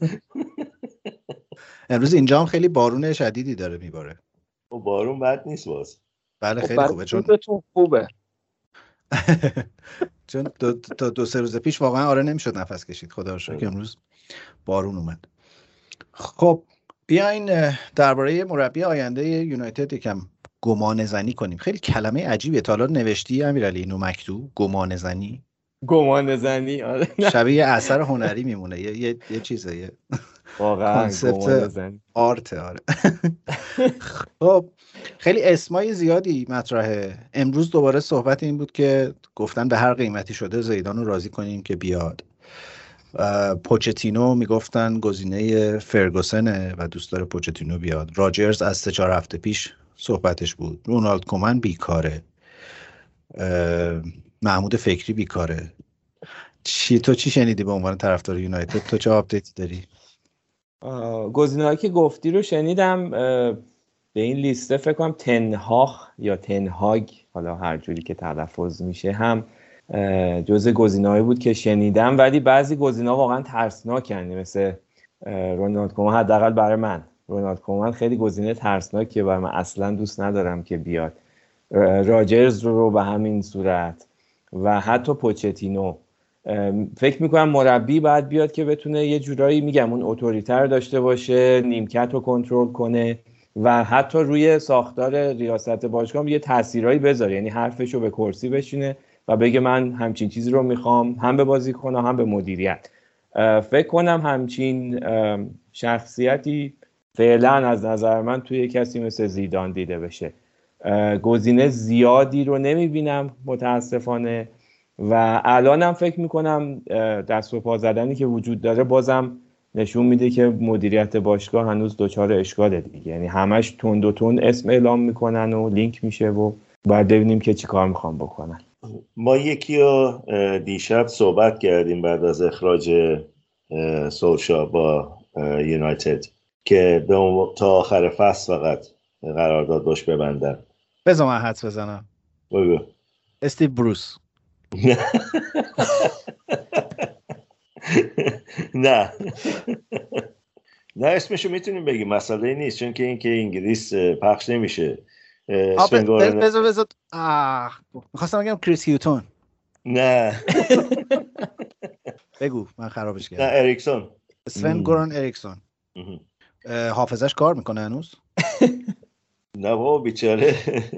امروز اینجا هم خیلی بارون شدیدی داره میباره. بارون بد نیست باز. بله خیلی خوبه، چون خوبه. چون دو سه روز پیش واقعا آره نمیشد نفس کشید. خدا رو شکر امروز بارون اومد. خب بیاین درباره مربی آینده یونایتد یکم گمان زنی کنیم. خیلی کلمه عجیبه. تا حالا نوشتی امیرعلی اینو مکتوب؟ گمان زنی آره شبیه اثر هنری میمونه، یه چیزه، واقعا کانسپت آرت. آره. خب خیلی اسمای زیادی مطرحه. امروز دوباره صحبت این بود که گفتن به هر قیمتی شده زیدان رو راضی کنیم که بیاد. پوچتینو میگفتن گزینه فرگوسنه و دوست داره پوچتینو بیاد. راجرز از 3-4 هفته پیش صحبتش بود. رونالد کومن بیکاره. محمود فکری بیکاره. تو چی شنیدی به عنوان طرفدار یونایتد؟ تو چه آپدیتی داری؟ گزینه‌هایی که گفتی رو شنیدم. به این لیسته فکر کنم تنهاخ یا تنهاگ، حالا هر جوری که تلفظ میشه، هم جزء گزینه‌هایی بود که شنیدم. ولی بعضی گزینه‌ها واقعا ترسناکن، مثل رونالد کومن. حداقل برای من رونالد کومن خیلی گزینه ترسناکیه، برای من اصلا دوست ندارم که بیاد. راجرز رو به همین صورت و حتی پوچتینو. فکر میکنم مربی باید بیاد که بتونه یه جورایی میگم اون اتوریتر داشته باشه، نیمکت رو کنترل کنه و حتی روی ساختار ریاست باشگاه یه تاثیرایی بذاره، یعنی حرفشو به کرسی بشینه و بگه من همچین چیزی رو میخوام، هم به بازیکن‌ها هم به مدیریت. فکر کنم همچین شخصیتی فعلا از نظر من توی کسی مثل زیدان دیده بشه. گزینه زیادی رو نمیبینم متاسفانه و الانم فکر میکنم دست و پا زدنی که وجود داره بازم نشون میده که مدیریت باشگاه هنوز دچار اشکاله دیگه، یعنی همش تند و تند اسم اعلام میکنن و لینک میشه و باید ببینیم که چی کار میخوام بکنن. ما یکی رو دیشب صحبت کردیم بعد از اخراج سولشا با یونایتد که تا آخر فصل فقط قرارداد باش ببندن. بذار من حدس بزنم. بگو. استیو بروس. نه اسمشو میتونیم بگیم، مسئله نیست، چون که این که انگلیس پخش نمیشه. بذار میخواستم بگم کریس هیوتون. نه بگو من خرابش کردم. نه اریکسون. سون گوران اریکسون. حافظش کار میکنه هنوز؟ نه بابا بیچاره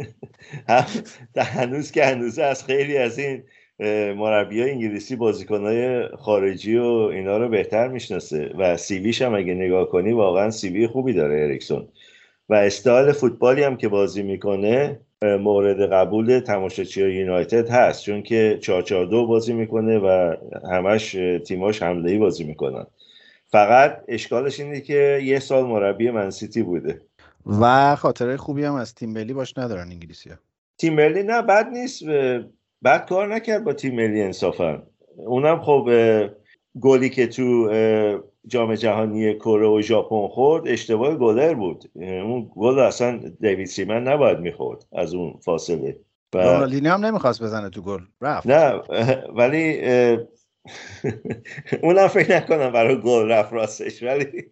هنوز که هنوزه از خیلی از این مربیای انگلیسی بازیکنای خارجی و اینا رو بهتر میشناسه و سی ویش هم اگه نگاه کنی واقعا سی وی خوبی داره اریکسون و استایل فوتبالی هم که بازی میکنه مورد قبول تماشاچیای یونایتد هست، چون که 4-4-2 بازی میکنه و همش تیماش حمله‌ای بازی میکنن. فقط اشکالش اینه که یه سال مربی منسیتی بوده و خاطره خوبی هم از تیم ملی باش ندارن انگلیسی‌ها. تیم ملی نه بد نیست، بد کار نکرد با تیم ملی انصافا. اونم خب گلی که تو جام جهانی کره و ژاپن خورد اشتباه گلر بود، اون گل اصلا دیوید سیمن نباید میخورد از اون فاصله. رونالدینیو هم نمیخواست بزنه تو گل، رفت. نه ولی اونم فکر نکنم برای گل رفت راستش، ولی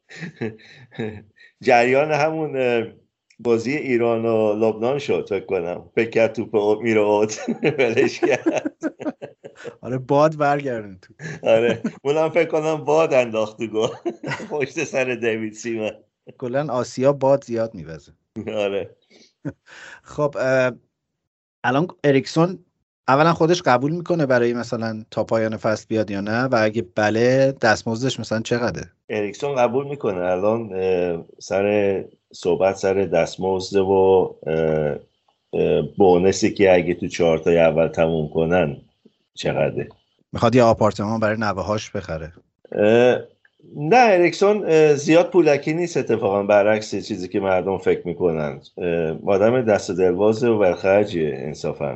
جریان همون بازی ایران و لبنان شد فکر کنم، فکر کرد توپ میره اوت ولش کرد. آره باد برگردن تو. آره اونم فکر کنم باد انداخت تو گل پشت سر دیوید سیمن. کلا آسیا باد زیاد میوزه. آره خب الان اریکسون اولا خودش قبول میکنه برای مثلا تا پایان فصل بیاد یا نه، و اگه بله دستمزدش مثلا چقدره؟ اریکسون قبول میکنه. الان سر صحبت سر دستمزد و بونسی که اگه تو 4 تای اول تموم کنن چقدره. میخواد یه آپارتمان برای نوه‌هاش بخره؟ نه اریکسون زیاد پولکی نیست، اتفاقا برعکس چیزی که مردم فکر میکنن. آدم دست و دلواز و ولخرجیه انصافا.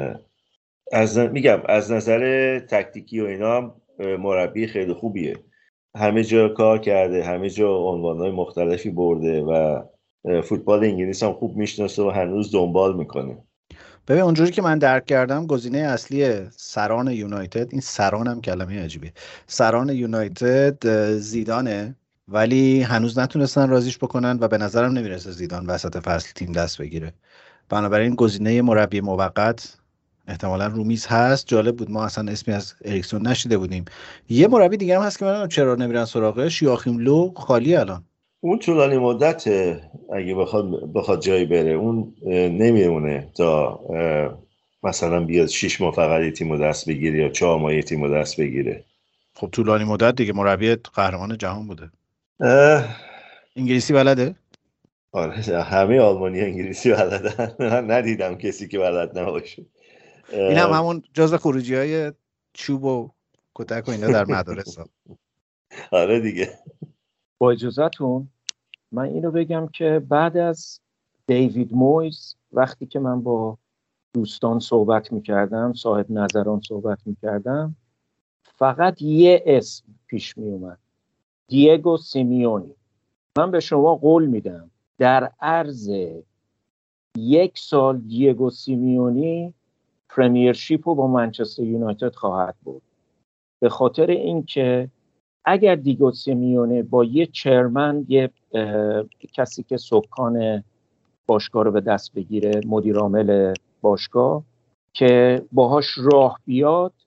میگم از نظر تکتیکی و اینا هم مربی خیلی خوبیه، همه جا کار کرده، همه جا عنوانهای مختلفی برده و فوتبال انگلیس هم خوب میشناسه و هنوز دنبال میکنه. ببین اونجوری که من درک کردم گزینه اصلی سران یونایتد، این سران هم کلمه عجیبه، سران یونایتد زیدانه، ولی هنوز نتونستن راضیش بکنن و به نظرم نمیرسه زیدان وسط فصل تیم دست بگیره. بنابراین گزینه مربی موقت احتمالاً رو میز هست. جالب بود ما اصلا اسمی از اریکسون نشیده بودیم. یه مربی دیگه هم هست که من چرا نمیرن سراغش، یواخیم لو خالی الان. اون طولانی مدت اگه بخواد جایی بره اون نمیمونه تا مثلا بیاد 6 ماه فقط تیمو دست بگیره یا 4 ماه تیمو دست بگیره. خب طولانی مدت دیگه، مربی قهرمان جهان بوده. انگلیسی بلده؟ آره همه آلمانی انگلیسی بلدن. من ندیدم کسی که بلد نباشه. این هم همون جزء خروجی‌های چوب و کتک و اینا در مدارس. آره دیگه. با اجازهتون من اینو بگم که بعد از دیوید مویز وقتی که من با دوستان صحبت میکردم، صاحب نظران صحبت میکردم، فقط یه اسم پیش میومد، دیگو سیمیونی. من به شما قول میدم در عرض 1 سال دیگو سیمیونی پرمیرشیپ رو با منچستر یونایتد خواهد بود، به خاطر اینکه اگر دیگو سیمیونه با یه چرمن، یه کسی که سکان باشگاه رو به دست بگیره، مدیر عامل باشگاه که باهاش راه بیاد،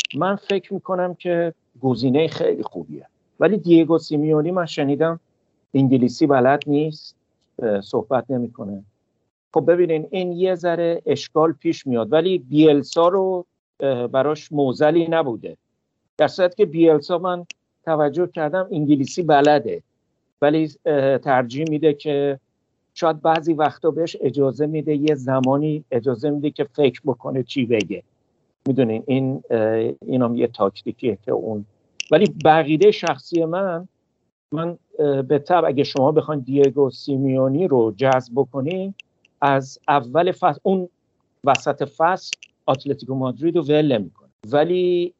من فکر میکنم که گزینه خیلی خوبیه، ولی دیگو سیمیونی من شنیدم انگلیسی بلد نیست، صحبت نمیکنه. خب ببینین این یه ذره اشکال پیش میاد، ولی بیلسا رو براش موزلی نبوده، در صورتی که بیلسا من توجه کردم انگلیسی بلده، ولی ترجیح میده که شاید بعضی وقتا بهش اجازه میده، یه زمانی اجازه میده که فکر بکنه چی بگه. میدونین این هم یه تاکتیکیه که اون، ولی بقیده شخصی من به طبع اگه شما بخواید دیگو سیمیونی رو جذب بکنین، از اول فصل، اون وسط فصل اتلتیکو مادرید رو ول نمیکنه، ولی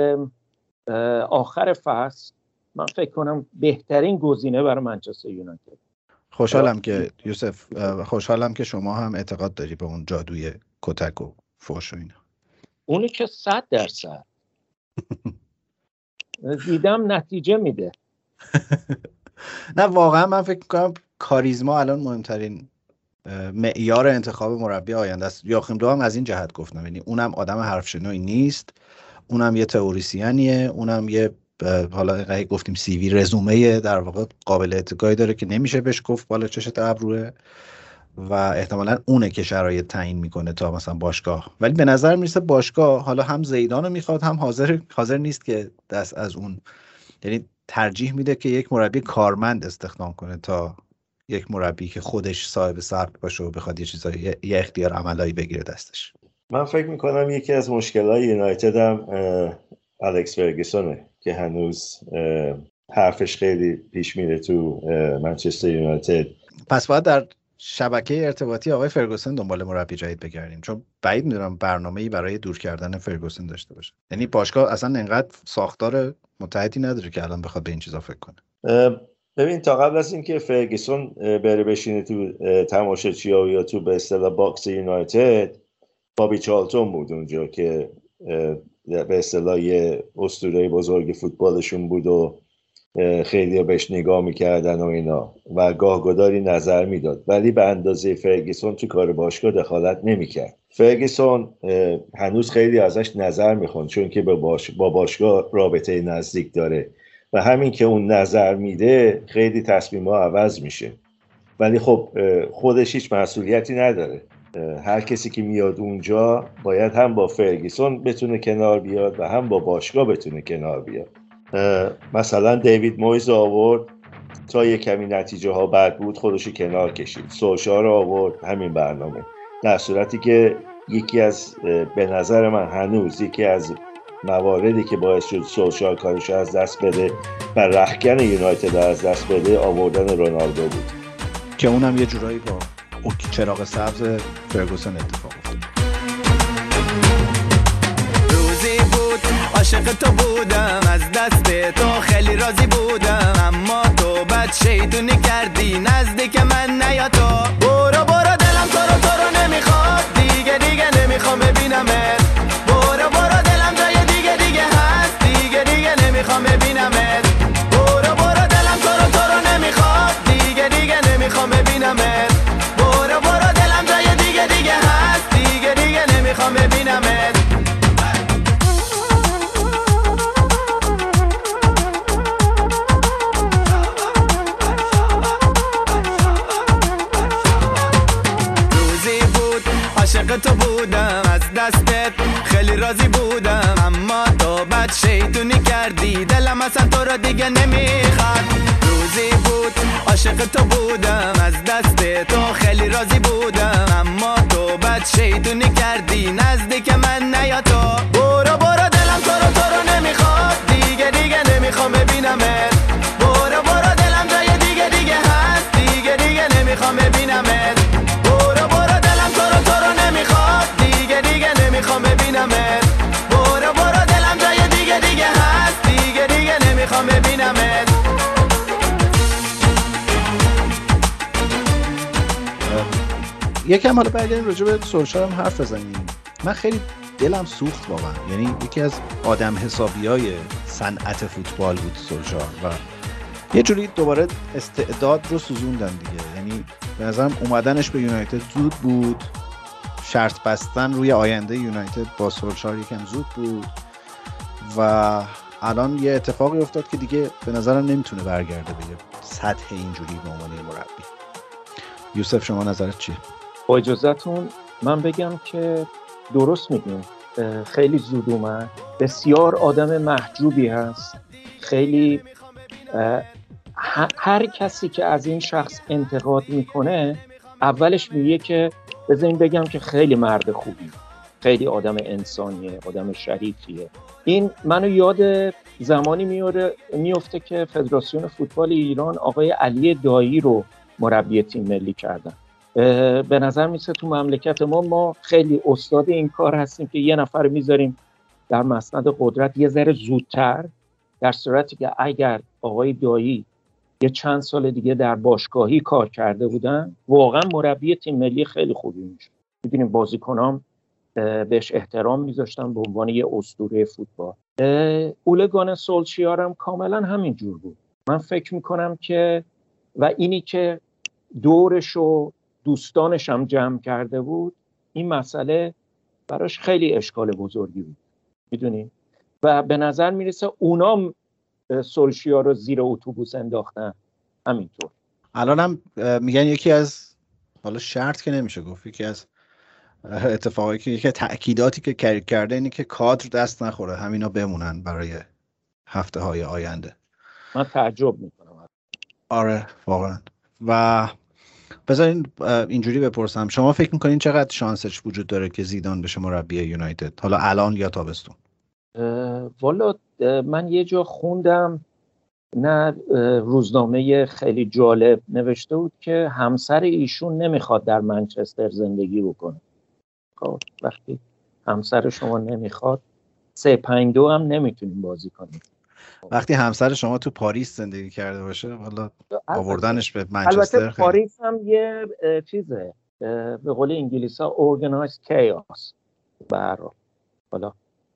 آخر فصل من فکر کنم بهترین گزینه برای منچستر یونایتد. خوشحالم که یوسف، خوشحالم که شما هم اعتقاد داری به اون جادوی کتک و فوش و اینا. اونی که 100% دیدم نتیجه میده. نه واقعا من فکر میکنم کاریزما الان مهمترین معیار انتخاب مربی آینده است. یاخیم لو هم از این جهت گفتم، یعنی اونم آدم حرفشنوی نیست، اونم یه تئوریسینیه، اونم یه حالا اگه گفتیم سی وی رزومه در واقع قابل اتکایی داره که نمیشه بهش گفت بالا چشت ابروه، و احتمالاً اونه که شرایط تعیین میکنه تا مثلا باشگاه. ولی به نظر میرسه باشگاه حالا هم زیدانو میخواد، هم حاضر نیست که دست از اون، یعنی ترجیح میده که یک مربی کارمند استخدام کنه تا یک مربی که خودش صاحب سبک باشه و بخواد یه چیزایی، یه اختیار عملایی بگیره دستش. من فکر میکنم یکی از مشکلات یونایتد هم الکس فرگوسونه که هنوز حرفش خیلی پیش میره تو منچستر یونایتد. پس باید در شبکه ارتباطی آقای فرگوسن دنبال مربی جدید بگردیم، چون بعید میدونم برنامه‌ای برای دور کردن فرگوسن داشته باشه. یعنی باشگاه اصلا انقدر ساختار متحدی نداره که الان بخواد به این چیزا فکر کنه. ببین تا قبل از اینکه فرگوسن بره بشینه تو تماشاچی‌ها یا تو به اصطلاح باکس یونایتد، بابی چارلتون بود اونجا که به اصطلاح یه اسطوره بزرگ فوتبالشون بود و خیلی بهش نگاه میکردن و اینا و گاهگداری نظر میداد، ولی به اندازه فرگوسن تو کار باشگاه دخالت نمیکرد. فرگوسن هنوز خیلی ازش نظر میخوان، چون که با باشگاه رابطه نزدیک داره و همین که اون نظر میده خیلی تصمیم‌ها عوض میشه، ولی خب خودش هیچ مسئولیتی نداره. هر کسی که میاد اونجا باید هم با فرگوسن بتونه کنار بیاد و هم با باشگاه بتونه کنار بیاد. مثلا دیوید مویز آورد تا یه کمی نتیجه ها بد بود خودشو کنار کشید، سولشار آورد همین برنامه، در صورتی که یکی از به نظر من هنوز یکی از مواردی که باعث شد سولشار کارشو از دست بده و رختکن یونایتد از دست بده آوردن رونالدو بود که اونم یه جورایی با چراغ سبز فرگوسن اتفاق افتاد. روزی بود عاشق تو بودم، از دست تو خیلی راضی بودم، اما تو بد شیطونی کردی نزدیک من نیا تو. برو دلم تو رو نمیخواد، دیگه نمیخوام ببینمت. برو دلم جای دیگه هست، دیگه نمیخوام ببینمت. برو دلم تو رو نمیخواد، دیگه نمیخوام ببینمت. برو دلم جای دیگه هست، دیگه نمیخوام ببینمت. عاشق تو بودم، از دستت خیلی راضی بودم، اما تو بد شیطونی کردی دلم اصلا تو رو دیگه نمیخواد. روزی بود عاشق تو بودم، از دست تو خیلی راضی بودم، اما تو بد شیطونی کردی نزدیک من نیا تو. برو دلم تو رو نمیخواد، دیگه نمیخوام ببینمت. برو دلم جای دیگه هست، دیگه نمیخوام ببینمت. برو دلم تو رو نمیخواد، دیگه نمیخوام ببینمت. برو دلم جای دیگه هست، دیگه نمیخوام ببینمت. یکم حالا برگردیم راجع به سولشار هم حرف بزنیم. من خیلی دلم سوخت واقعا، یعنی یکی از آدم حسابیای صنعت فوتبال بود سولشار و یه جوری دوباره استعداد رو سوزوندن دیگه. یعنی به نظرم اومدنش به یونایتد زود بود، شرط بستن روی آینده یونایتد با سولشار یکم زود بود و الان یه اتفاقی افتاد که دیگه به نظرم نمیتونه برگرده به سطح اینجوری به عنوان مربی. یوسف شما نظرت چیه؟ با اجازهتون من بگم که درست میگیم، خیلی زود اومد، بسیار آدم محجوبی هست، خیلی هر کسی که از این شخص انتقاد میکنه اولش میگه که بذارین بگم که خیلی مرد خوبی، خیلی آدم انسانیه، آدم شریفیه. این منو یاد زمانی میفته که فدراسیون فوتبال ایران آقای علی دایی رو مربی تیم ملی کردن. به نظر میسه تو مملکت ما خیلی استاد این کار هستیم که یه نفر میذاریم در مسند قدرت یه ذره زودتر، در صورتی که اگر آقای دایی یه چند سال دیگه در باشگاهی کار کرده بودن واقعا مربی تیم ملی خیلی خوبی میشه. میدونیم بازیکنام بهش احترام میذاشتن به عنوان یه اسطوره فوتبال. اوله گانر سولشیار هم کاملا همین جور بود. من فکر میکنم که و اینی که دورش و دوستانش هم جمع کرده بود، این مسئله براش خیلی اشکال بزرگی بود، میدونیم. و به نظر میرسه اونام سولشیار رو زیر اتوبوس انداختن همینطور. الان هم میگن یکی از، حالا شرط که نمیشه گفت، یکی از اتفاقی که یکی تأکیداتی که کرده اینه که کادر دست نخوره، همینا بمونن برای هفته های آینده. من تعجب میکنم. آره واقعا. و بذارین اینجوری بپرسم، شما فکر میکنین چقدر شانسش وجود داره که زیدان بشه مربی یونایتد، حالا الان یا تابستون؟ والا من یه جا خوندم، نه روزنامه خیلی جالب نوشته بود که همسر ایشون نمیخواد در منچستر زندگی بکنه. خب وقتی همسر شما نمیخواد 3-5-2 هم نمیتونیم بازی کنیم. وقتی همسر شما تو پاریس زندگی کرده باشه، حالا آوردنش به منچستر. البته پاریس هم یه چیزه، به قول انگلیسا organized chaos. برای حالا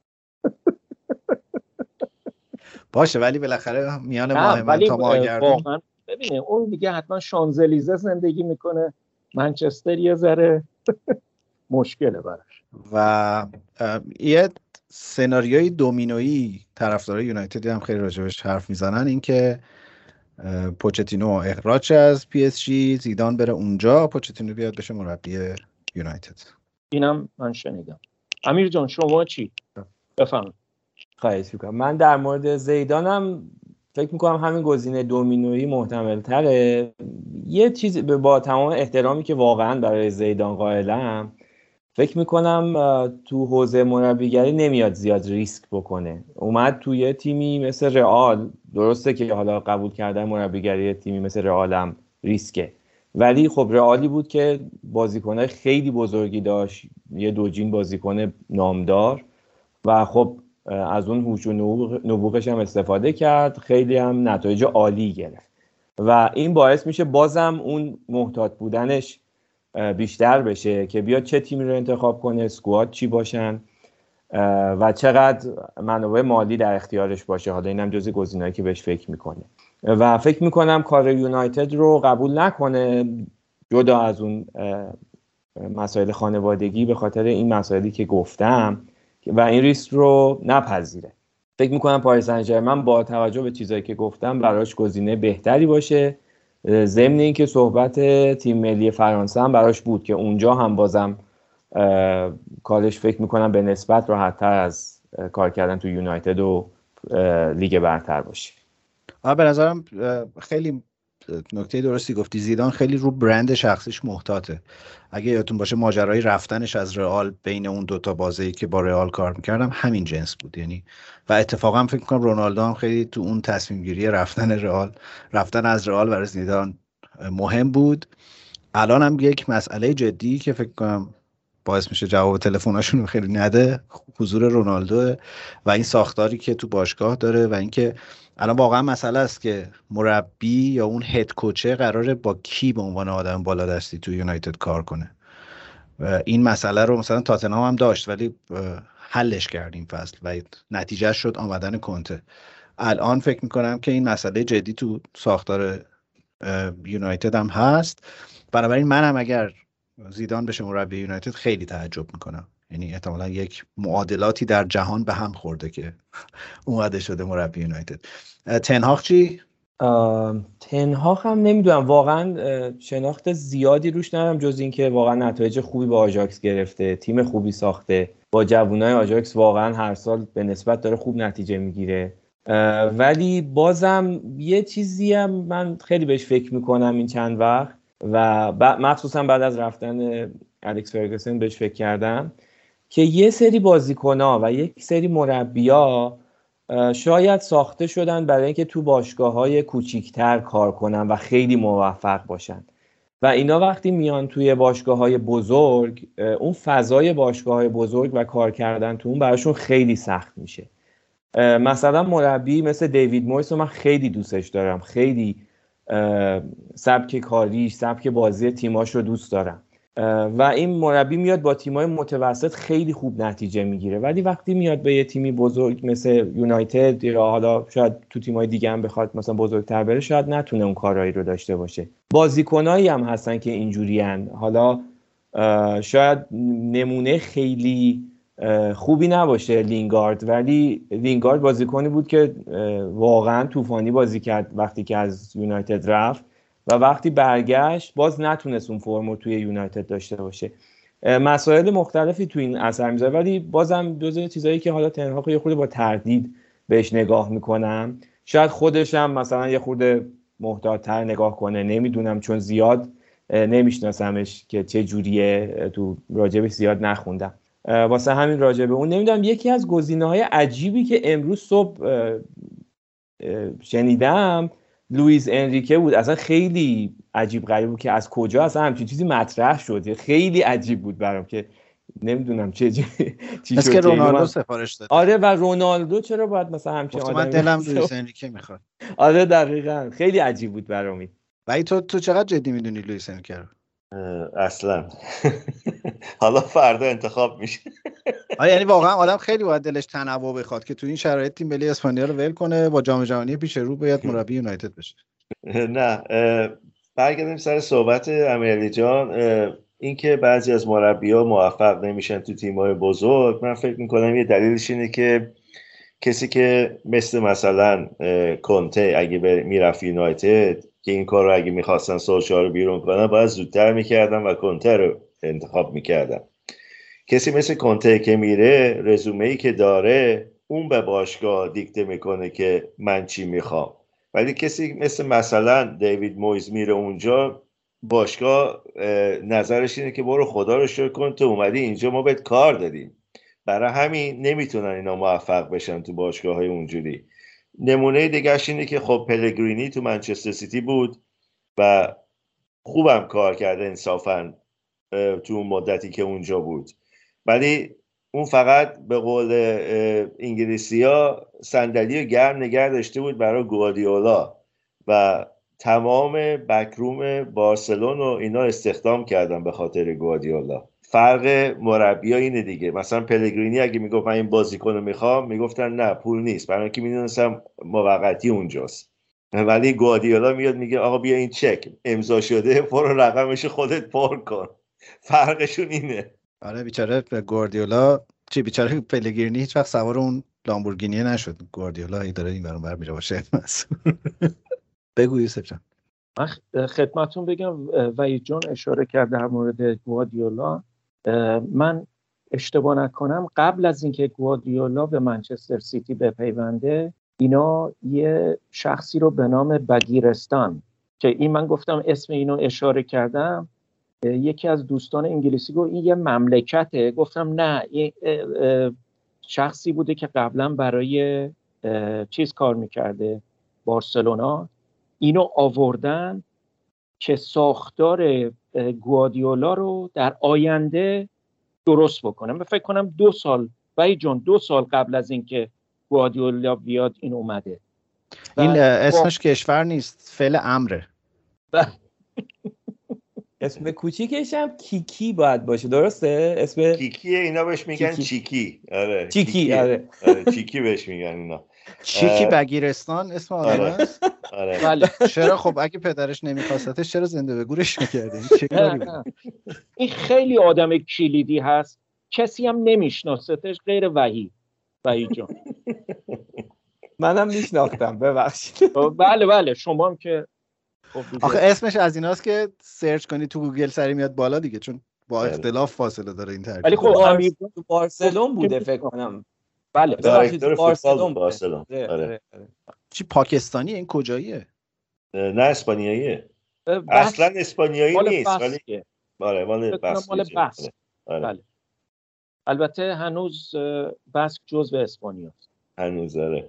باشه، ولی بالاخره میان ماه من تا ماهگردون واقعا ببینه اون دیگه حتما شانزلیزه زندگی میکنه، منچستر یه ذره مشکله براش. و یه سناریوی دومینویی طرفدارای یونایتد هم خیلی راجبش حرف میزنن، این که پوچتینو اخراج از پی اس جی، زیدان بره اونجا، پوچتینو بیاد بشه مربی یونایتد. اینم من شنیدم. امیر جان شما چی؟ بفهم. خواهش میکنم. من در مورد زیدانم فکر میکنم همین گزینه دومینویی محتمل تره. یه چیز با تمام احترامی که واقعا برای زیدان قائلم، فکر میکنم تو حوزه مربیگری نمیاد زیاد ریسک بکنه. اومد توی تیمی مثل رئال، درسته که حالا قبول کردن مربیگری تیمی مثل رئال هم ریسکه، ولی خب رئالی بود که بازیکنای خیلی بزرگی داشت، یه دوجین بازیکن نامدار، و خب از اون هوش و نبوغش هم استفاده کرد، خیلی هم نتایج عالی گرفت و این باعث میشه بازم اون محتاط بودنش بیشتر بشه که بیاد چه تیمی رو انتخاب کنه، اسکواد چی باشن و چقدر منابع مالی در اختیارش باشه. حالا اینم جزء گزینه‌ای که بهش فکر میکنه و فکر میکنم کار یونایتد رو قبول نکنه جدا از اون مسائل خانوادگی، به خاطر این مسائلی که گفتم، و این ریسک رو نپذیره. فکر میکنم پاریس سن ژرمن با توجه به چیزایی که گفتم براش گزینه بهتری باشه. ضمن این که صحبت تیم ملی فرانسه هم براش بود که اونجا هم بازم کارش فکر میکنم به نسبت راحت‌تر از کار کردن تو یونایتد و لیگ برتر باشه. به نظرم خیلی نکته درستی گفتی. زیدان خیلی رو برند شخصیش محتاطه. اگه یادتون باشه ماجرای رفتنش از رئال، بین اون دوتا بازی که با رئال کار میکردم همین جنس بود، یعنی و اتفاقا فکر میکنم رونالدو هم خیلی تو اون تصمیم گیری رفتن از رئال برای زیدان مهم بود. الان هم یک مسئله جدی که فکر کنم باعث میشه جواب تلفناشون رو خیلی نده، حضور رونالدو و این ساختاری که تو باشگاه داره و اینکه الان واقعا مسئله است که مربی یا اون هد کوچه قراره با کی به عنوان آدم بالا دستی تو یونایتد کار کنه. این مسئله رو مثلا تاتنهام هم داشت ولی حلش کرد این فصل و نتیجه شد آمدن کنته. الان فکر میکنم که این مسئله جدی تو ساختار یونایتد هم هست. بنابراین من هم اگر زیدان بشه مربی یونایتد خیلی تعجب میکنم. یعنی احتمالاً یک معادلاتی در جهان به هم خورده که اومده شده مربی یونایتد. تنهاخ چی؟ تنهاخ هم نمیدونم واقعا شناخت زیادی روش ندارم جز این که واقعا نتایج خوبی با آژاکس گرفته، تیم خوبی ساخته، با جوانای آژاکس واقعا هر سال به نسبت داره خوب نتیجه میگیره. ولی بازم یه چیزی هم من خیلی بهش فکر میکنم این چند وقت و مخصوصا بعد از رفتن الکس فرگوسن بهش فکر کردم که یه سری بازیکن‌ها و یک سری مربی‌ها شاید ساخته شدن برای اینکه تو باشگاه‌های کوچیک‌تر کار کنن و خیلی موفق باشن و اینا وقتی میان توی باشگاه‌های بزرگ اون فضای باشگاه‌های بزرگ و کار کردن تو اون براشون خیلی سخت میشه. مثلا مربی مثل دیوید مویس رو من خیلی دوستش دارم، خیلی سبک کاریش، سبک بازی تیماش رو دوست دارم و این مربی میاد با تیمای متوسط خیلی خوب نتیجه میگیره، ولی وقتی میاد به یه تیمی بزرگ مثل یونایتد یا حالا شاید تو تیمای دیگه هم بخواد مثلا بزرگتر بره شاید نتونه اون کارایی رو داشته باشه. بازیکنایی هم هستن که اینجوریان، حالا شاید نمونه خیلی خوبی نباشه لینگارد، ولی لینگارد بازیکنی بود که واقعا طوفانی بازی کرد وقتی که از یونایتد رفت و وقتی برگشت باز نتونست اون فرمو توی یونایتد داشته باشه. مسائل مختلفی توی این اثر میذاره، ولی بازم جزء چیزایی که حالا تنهاخ یه خورده با تردید بهش نگاه میکنم. شاید خودش هم مثلا یه خورده محتاط‌تر نگاه کنه، نمیدونم، چون زیاد نمیشناسمش که چه جوریه، تو راجبش زیاد نخوندم، واسه همین راجبه اون نمیدونم. یکی از گزینه‌های عجیبی که امروز صبح شنیدم لوئیس انریکه بود. اصلا خیلی عجیب غریب بود که از کجا اصلا همچین چیزی مطرح شد، خیلی عجیب بود برام که نمیدونم چی شد که رونالدو سفارش داد. آره و رونالدو چرا باید مثلا همچین آدمی؟ من دلم لوئیس انریکه میخواد. آره دقیقاً خیلی عجیب بود برام. ولی تو چقدر جدی میدونی لوئیس انریکه رو؟ اصلا حالا فردا انتخاب میشه. آره یعنی واقعا آدم خیلی باید دلش تنوع بخواد که تو این شرایط تیم ملی اسپانیا رو ول کنه، با جام جهانی پیش رو باید مربی یونایتد بشه. نه برگردیم سر صحبت امیرعلی جان، این که بعضی از مربی‌ها موفق نمیشن تو تیم‌های بزرگ، من فکر می‌کنم یه دلیلش اینه که کسی که مثلا کنته اگه میرفت یونایتد که این کار رو اگه میخواستن سولشار رو بیرون کنن باید زودتر میکردن و کنته رو انتخاب میکردن. کسی مثل کنته که میره رزومه‌ای که داره اون به باشگاه دیکته میکنه که من چی میخوام، ولی کسی مثلا دیوید مویز میره اونجا باشگاه نظرش اینه که برو خدا رو شکر کن تو اومدی اینجا ما بهت کار دادیم. برای همین نمیتونن اینا موفق بشن تو باشگاه‌های اونجوری. نمونه دیگه‌اش اینه که خب پلگرینی تو منچستر سیتی بود و خوبم کار کرده انصافاً تو اون مدتی که اونجا بود، ولی اون فقط به قول انگلیسی‌ها صندلی رو گرم نگه داشته بود برای گواردیولا و تمام بکروم بارسلون رو اینا استخدام کردن به خاطر گواردیولا. فرق مربی‌ها اینه دیگه. مثلا پلگرینی اگه میگفت من این بازیکن رو میخوام میگفتن نه پول نیست، برای اینکه میدونستم موقتی اونجاست. ولی گواردیولا میاد میگه آقا بیا این چک امضا شده برو رقمش خودت پر کن. فرقشون اینه. آره بیچاره گواردیولا بیچاره پلگرینی هیچ وقت سوار اون لامبورگینی نشد. گواردیولا هی داره این برام میره باشه. بگو یوسف جان. من خدمتون بگم وحید جان اشاره کرد در مورد گواردیولا. من اشتباه نکنم قبل از اینکه گواردیولا به منچستر سیتی بپیونده اینا یه شخصی رو به نام بگیرستان که این من گفتم اسم اینو اشاره کردم، یکی از دوستان انگلیسی گفت این یه مملکته. گفتم نه، این شخصی بوده که قبلا برای چیز کار میکرده، بارسلونا. اینو آوردن که ساختار گواردیولا رو در آینده درست بکنم. من فکر کنم 2 سال وای جان 2 سال قبل از اینکه گواردیولا بیاد این اومده. این اسمش کشور نیست، فعل امره. اسم کوچیکش هم کیکی باید باشه، درسته؟ اسم کیکیه، اینا بهش میگن چیکی. آره چیکی. آره چیکی بهش میگن اینا. چیکی بگیرستان اسم آدم است؟ آره. بله. چرا خب اگه پدرش نمیخواستش چرا زنده به گورش میکرده؟ چه کاری بود؟ این خیلی آدم کلیدی هست کسی هم نمیشناستش غیر وحید جان. منم میشناختم، ببخشید. بله شما هم که آخه اسمش از ایناست که سرچ کنی تو گوگل سری میاد بالا دیگه، چون با اختلاف فاصله داره این ترکیب. ولی خب امیر تو بارسلون بوده فکر کنم. بله دایرکتور فوتبال بارسلون. آره. چی پاکستانی؟ این کجاییه؟ نه اسپانیاییه. اصلا اسپانیایی نیست ولی مال بسک. بله. البته هنوز بسک جزو اسپانیاست. هنوز داره.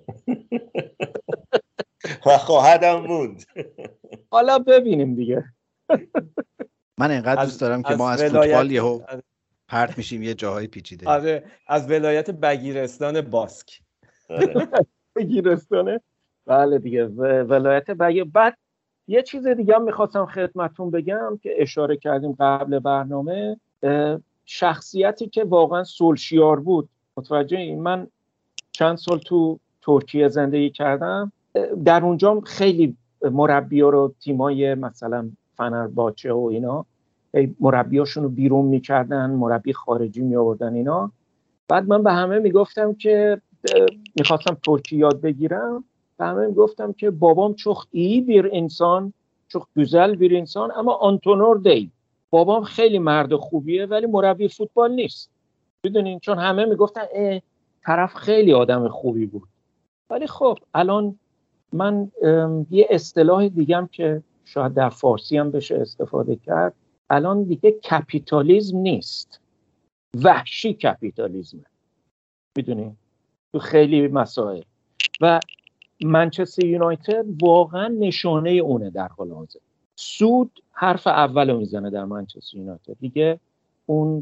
و خواهدم موند. حالا ببینیم دیگه. من اینقدر دوست دارم که ما از فوتبال یهو پرت میشیم یه جاهای پیچیده. آره، از ولایت بگیرستان باسک. بگیرستانه؟ بله دیگه، ولایت بعد یه چیز دیگه هم میخواستم خدمتتون بگم که اشاره کردیم قبل برنامه، شخصیتی که واقعا سولشیار بود. متوجه این، من چند سال تو ترکیه زندگی کردم، در اونجا خیلی مربی‌ها رو تیمای مثلا فنرباچه و اینا مربیاشون رو بیرون میکردن، مربی خارجی میآوردن اینا. بعد من به همه میگفتم که میخواستم ترکی یاد بگیرم، به همه میگفتم که بابام çok iyi bir insan، çok güzel bir insan ama antrenör değil. بابام خیلی مرد خوبیه ولی مربی فوتبال نیست. میدونین، چون همه میگفتن طرف خیلی آدم خوبی بود. ولی خب الان من یه اصطلاح دیگم که شاید در فارسی هم بشه استفاده کرد، الان دیگه کپیتالیسم نیست، وحشی کپیتالیسمه. میدونین تو خیلی مسائل. و منچستر یونایتد واقعا نشانه اونه در حال حاضر. سود حرف اولو میزنه در منچستر یونایتد دیگه. اون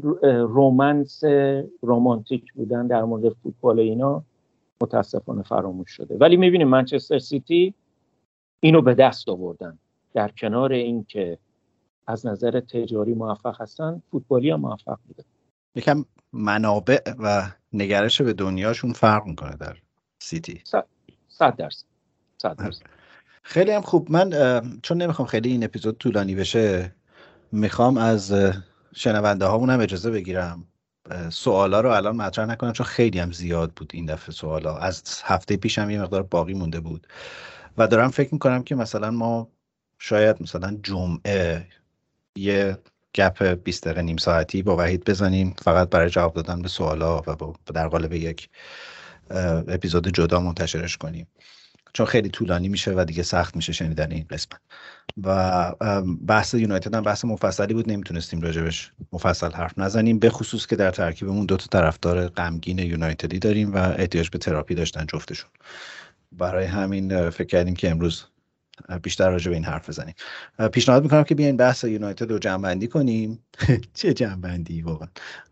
رومانتیک بودن در مورد فوتبال اینا متاسفانه فراموش شده. ولی میبینیم منچستر سیتی اینو به دست آوردن. در کنار این که از نظر تجاری موفق هستن، فوتبالی هم موفق بودن. یکم منابع و نگرش به دنیاشون فرق میکنه در سیتی. 100%. خیلی هم خوب. من چون نمیخوام خیلی این اپیزود طولانی بشه، میخوام از شنونده هامون هم اجازه بگیرم سوالا رو الان مطرح نکنم، چون خیلی هم زیاد بود این دفعه سوالا. از هفته پیش هم یه مقدار باقی مونده بود و دارم فکر میکنم که مثلا ما شاید مثلا جمعه یه گپ 20 دقیقه نیم ساعتی با وحید بزنیم فقط برای جواب دادن به سوالا و در قالب یک اپیزود جدا منتشرش کنیم، چون خیلی طولانی میشه و دیگه سخت میشه شنیدن این قسمت. و بحث یونایتد هم بحث مفصلی بود، نمیتونستیم راجبش مفصل حرف نزنیم، به خصوص که در ترکیبمون 2 طرفدار غمگین یونایتدی داریم و احتیاج به تراپی داشتن جفتشون. برای همین فکر کردیم که امروز بیشتر راجع به این حرف بزنیم. پیشنهاد میکنم که بیاین بحث یونایتد رو جمع‌بندی کنیم. چه جمع‌بندی واقعا.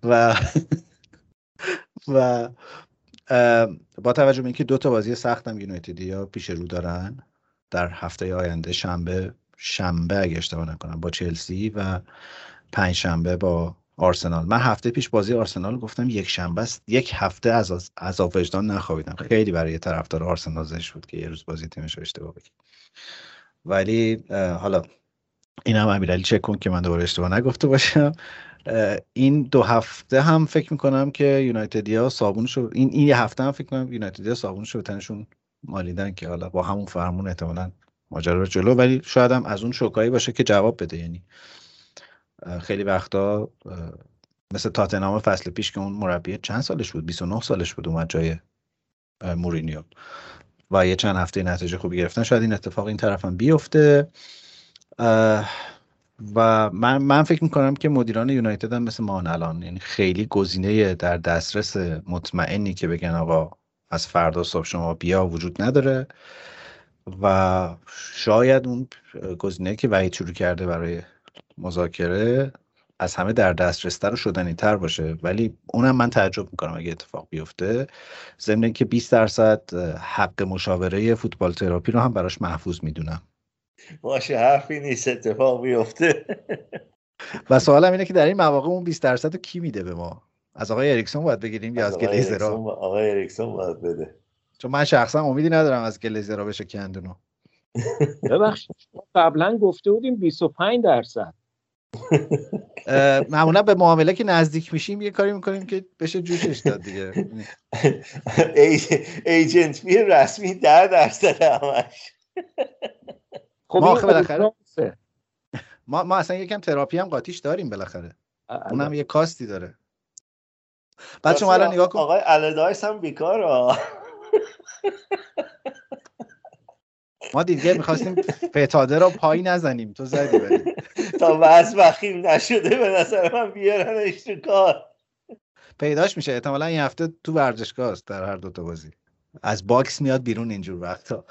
و با توجه به اینکه 2 بازی سخت هم یونایتدیا پیش رو دارن در هفته آینده، شنبه اگه اشتباه نکنم با چلسی و 5 شنبه با آرسنال. من هفته پیش بازی آرسنال گفتم یک شنبه است، یک هفته از عذاب وجدان نخوابیدم. خیلی برای طرفدار آرسنال زشت بود که یه روز بازی تیمش رو اشتباه بگه. ولی حالا این هم امیرعلی چک کن که من دوباره اشتباه نگفته باشم. این 2 هفته هم فکر میکنم که یونایتدیا صابونشو این یه هفته هم فکر کنم یونایتدیا صابونشو به تنشون مالیدن که حالا با همون فرمون احتمالاً ماجرا رو جلو، ولی شاید هم از اون شوکایی باشه که جواب بده. یعنی خیلی وقتا مثل تاتنهام فصل پیش که اون مربی چند سالش بود، 29 سالش بود، اومد جای مورینیو و یه چند هفته نتیجه خوبی گرفتن، شاید این اتفاق این طرف هم بیفته. و من فکر میکنم که مدیران یونایتد هم مثل ما الان، یعنی خیلی گزینه در دسترس مطمئنی که بگن آقا از فردا صبح شما بیا وجود نداره و شاید اون گزینه که وحید شروع کرده برای مذاکره از همه در دسترس تر و شدنی تر باشه. ولی اونم من تعجب میکنم اگه اتفاق بیفته، ضمن اینکه 20% حق مشاوره فوتبال تراپی رو هم براش محفوظ میدونم. باشه، حرفی نیست اتفاق بیفته. و سوالم اینه که در این مواقع اون 20% رو کی میده به ما؟ از آقای اریکسون باید بگیریم یا از گلیزرها؟ آقای اریکسون باید بده، چون من شخصا امیدی ندارم از گلیزرها بشه کندونو. ببخشید قبلا گفته بودیم 25%. معمولا به معامله که نزدیک میشیم یه کاری میکنیم که بشه جوشش داد دیگه. ایجنت فی رسمی 10% همش. خب ما این آخه بالاخره اورژانسه. ما اصلا یکم تراپی هم قاطیش داریم بالاخره، اونم یه کاستی داره. بعد شما الان نگاه کن آقای الدایس هم بیکاره. ما دیگه میخواستیم فتاده رو پای نزنیم، تو زدی ولی تا وضع وخیم نشده به نظر من بیارنش تو کار. پیداش میشه احتمالاً این هفته تو ورزشگاه است در هر دوتا بازی، از باکس میاد بیرون اینجور وقتا.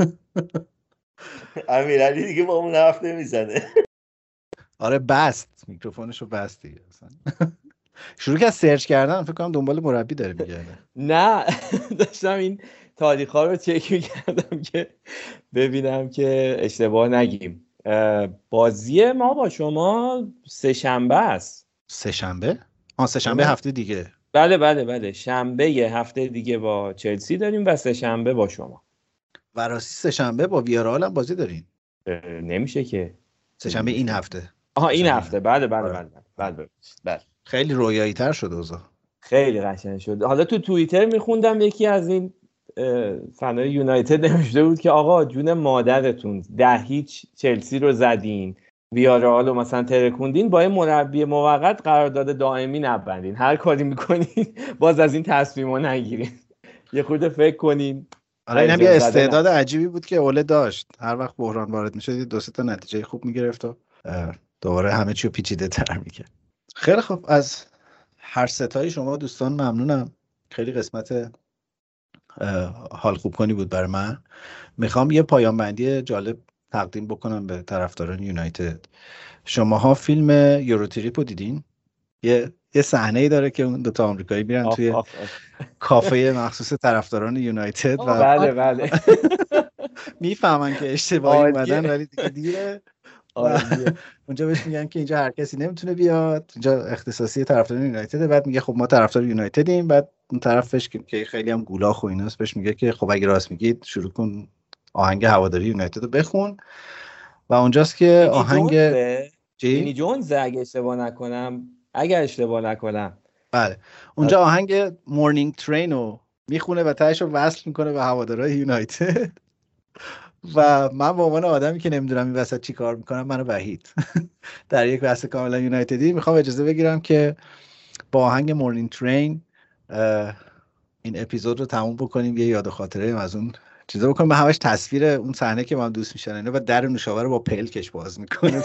امیرعلی دیگه با اون حرف نمیزنه. آره بست، میکروفونشو بست دیگه اصلا. شروع که از سرچ کردن، فکر کنم دنبال مربی داره میگرده. نه داشتم این تاریخ‌ها رو چک می‌کردم که ببینم که اشتباه نگیم. بازی ما با شما سه شنبه است. سه شنبه؟ سه شنبه هفته دیگه. بله شنبه هفته دیگه با چلسی داریم و سه شنبه با شما. و راستی سه شنبه با ویارال هم بازی داریم. نمیشه که سه شنبه این هفته. این هفته. بله. خیلی رویایی تر شد اوضاع. خیلی قشنگ شد. حالا تو توییتر میخوندم یکی از این فنای یونایتد نوشته بود که آقا جون مادرتون 10-0 چلسی رو زدین، ویارال رو مثلا ترکوندین، با این مربی موقت قرارداد دائمی نبندین، هر کاری میکنین باز از این تصمیمو نگیرین. یه خورده فکر کنین. آره اینم یه استعداد عجیبی بود که اوله داشت، هر وقت بحران وارد میشد دو سه تا نتیجه خوب میگرفت و دوباره همه چی رو پیچیده تر میکرد. خیلی خوب، از هر ستای شما دوستان ممنونم. خیلی قسمت حال خوب کنی بود برای من. میخوام یه پایان بندی جالب تقدیم بکنم به طرفداران یونایتد. شماها فیلم یوروتریپ رو دیدین؟ یه صحنه‌ای داره که اون دو تا آمریکایی میرن توی کافه مخصوص طرفداران یونایتد و بله میفهمن که اشتباهی اومدن ولی دیگه دیره. اونجا بهش میگن که اینجا هر کسی نمیتونه بیاد، اینجا اختصاصی طرفداران یونایتد. بعد میگه خب ما طرفدار یونایتدیم. بعد اون طرفش که خیلی هم گولاخ و ایناست بهش میگه که خب اگه راست میگید شروع کن آهنگ هواداری یونایتد رو بخون. و اونجاست که آهنگ وینی جونز اگر اشتباه نکنم بله اونجا آهنگ مورنینگ ترین رو میخونه و تهش رو وصل میکنه به هوادارهای یونایتد. و من به عنوان آدمی که نمیدونم این وسط چی کار میکنم، من و وحید در یک بحث کاملا یونایتدی میخوام اجازه بگیرم که با آهنگ مورنینگ ترین این اپیزود رو تموم بکنیم، یه یاد و خاطره از اون چیزا بکنیم. من همش تصویر اون صحنه که من دوست میشن و در نوشابه رو با پلکش باز میکنه.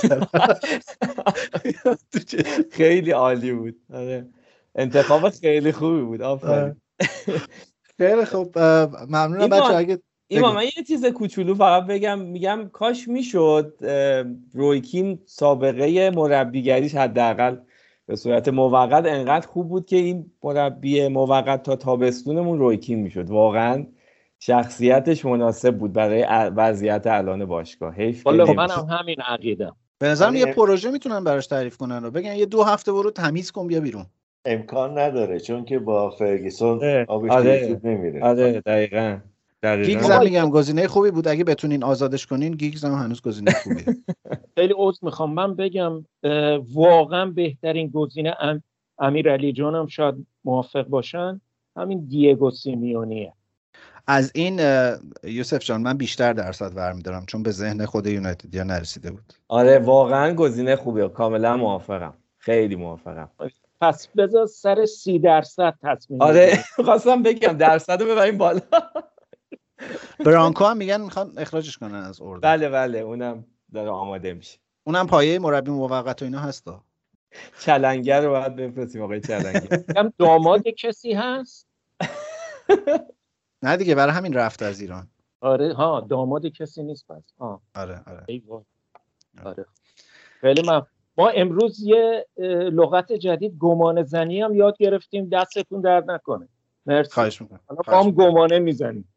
خیلی عالی بود. انتخاب خیلی خوبی بود. آفرین. خیلی خوب، ممنونم بچه‌ها. اگه من یه چیز کوچولو فقط بگم، میگم کاش میشد روی کین سابقه مربیگریش حداقل به صورت موقت انقدر خوب بود که این مربی موقت تا تابستونمون روی کین میشد. واقعا شخصیتش مناسب بود برای وضعیت الان باشگاه. حیف که منم همین عقیدم. به نظرم یه پروژه میتونن براش تعریف کنن و بگن یه 2 هفته برو تمیز کن بیا بیرون. امکان نداره چون که با فرگسون آبش توی نمیره. آره دقیقاً. گیگز هم میگم گزینه خوبی بود، اگه بتونین آزادش کنین. گیگز هم هنوز گزینه خوبیه. خیلی عذر میخوام، من بگم واقعا بهترین گزینه امیرعلی جانم شاید موافق باشن، همین دیگو سیمیونیه. از این یوسف جان من بیشتر درصد برمی‌دارم چون به ذهن خود یونایتدیا نرسیده بود. آره واقعا گزینه خوبیه، کاملا موافقم، خیلی موافقم. پس بذار سر 30% تصمیم. آره خواستم بگم درصدو ببریم بالا. برانکو هم میگن میخوان اخراجش کنن از اردن. بله اونم داره آماده میشه. اونم پایه مربی موقت و اینا هستا. چلنگر رو باید بفرستیم آقای چلنگر. هم داماد کسی هست؟ نه دیگه برای همین رفت از ایران. آره داماد کسی نیست پس. آره. آره. خیلی ما امروز یه لغت جدید گمان زنی هم یاد گرفتیم، دستتون درد نکنه. مرسی. خواهش میکنم. ما هم گمانه میزنیم.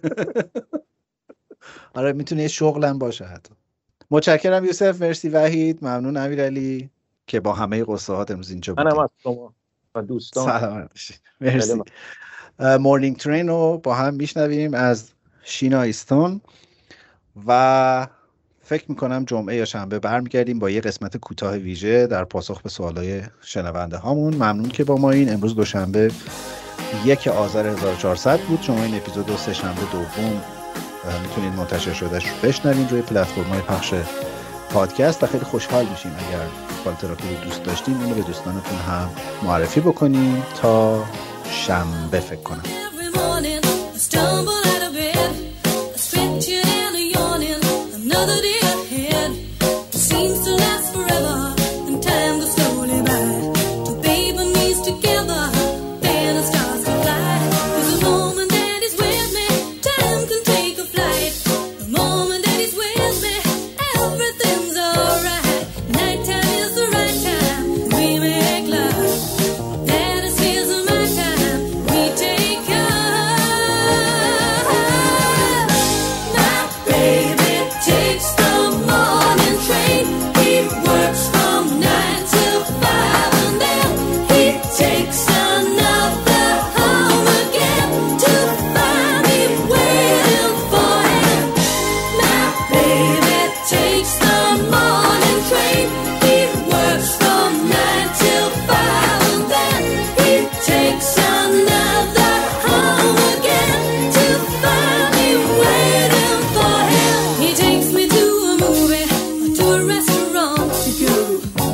آره میتونه یه شغلم باشه حتی. متشکرم یوسف، مرسی وحید، ممنون امیرعلی که با همه قصه‌هات امروز اینجا بودید. منم از شما و دوستان سلامت باشید. مرسی. مورنینگ ترین رو با هم میشنویم از شینا ایستون و فکر میکنم جمعه یا شنبه برمیگردیم با یه قسمت کوتاه ویژه در پاسخ به سوالای شنونده هامون. ممنون که با ما این. امروز دوشنبه 1 آذر 1400 بود. شما این اپیزود رو سه شنبه دوم میتونید منتشر شدهش رو بشنوید روی پلتفرم‌های پخش پادکست و خیلی خوشحال میشیم اگر فوتبال تراپی رو دوست داشتین اینو به دوستانتون هم معرفی بکنین. تا شنبه فکر کنم.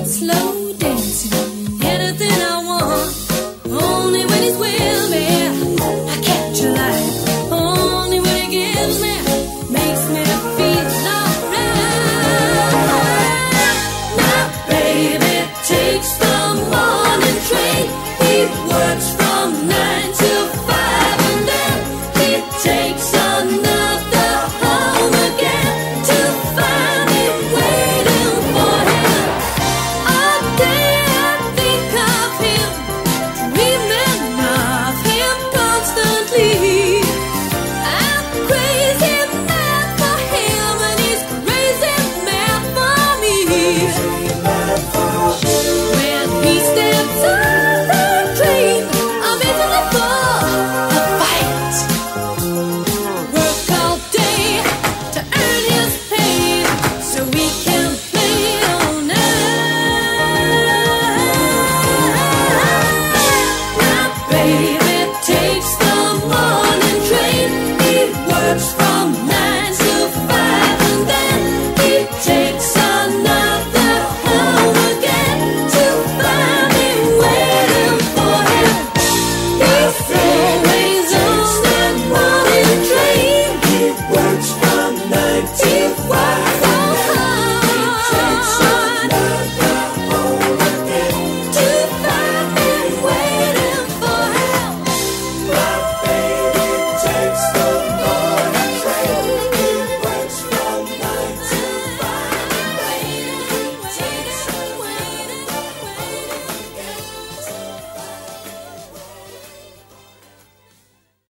Anything I want, only when he's with me.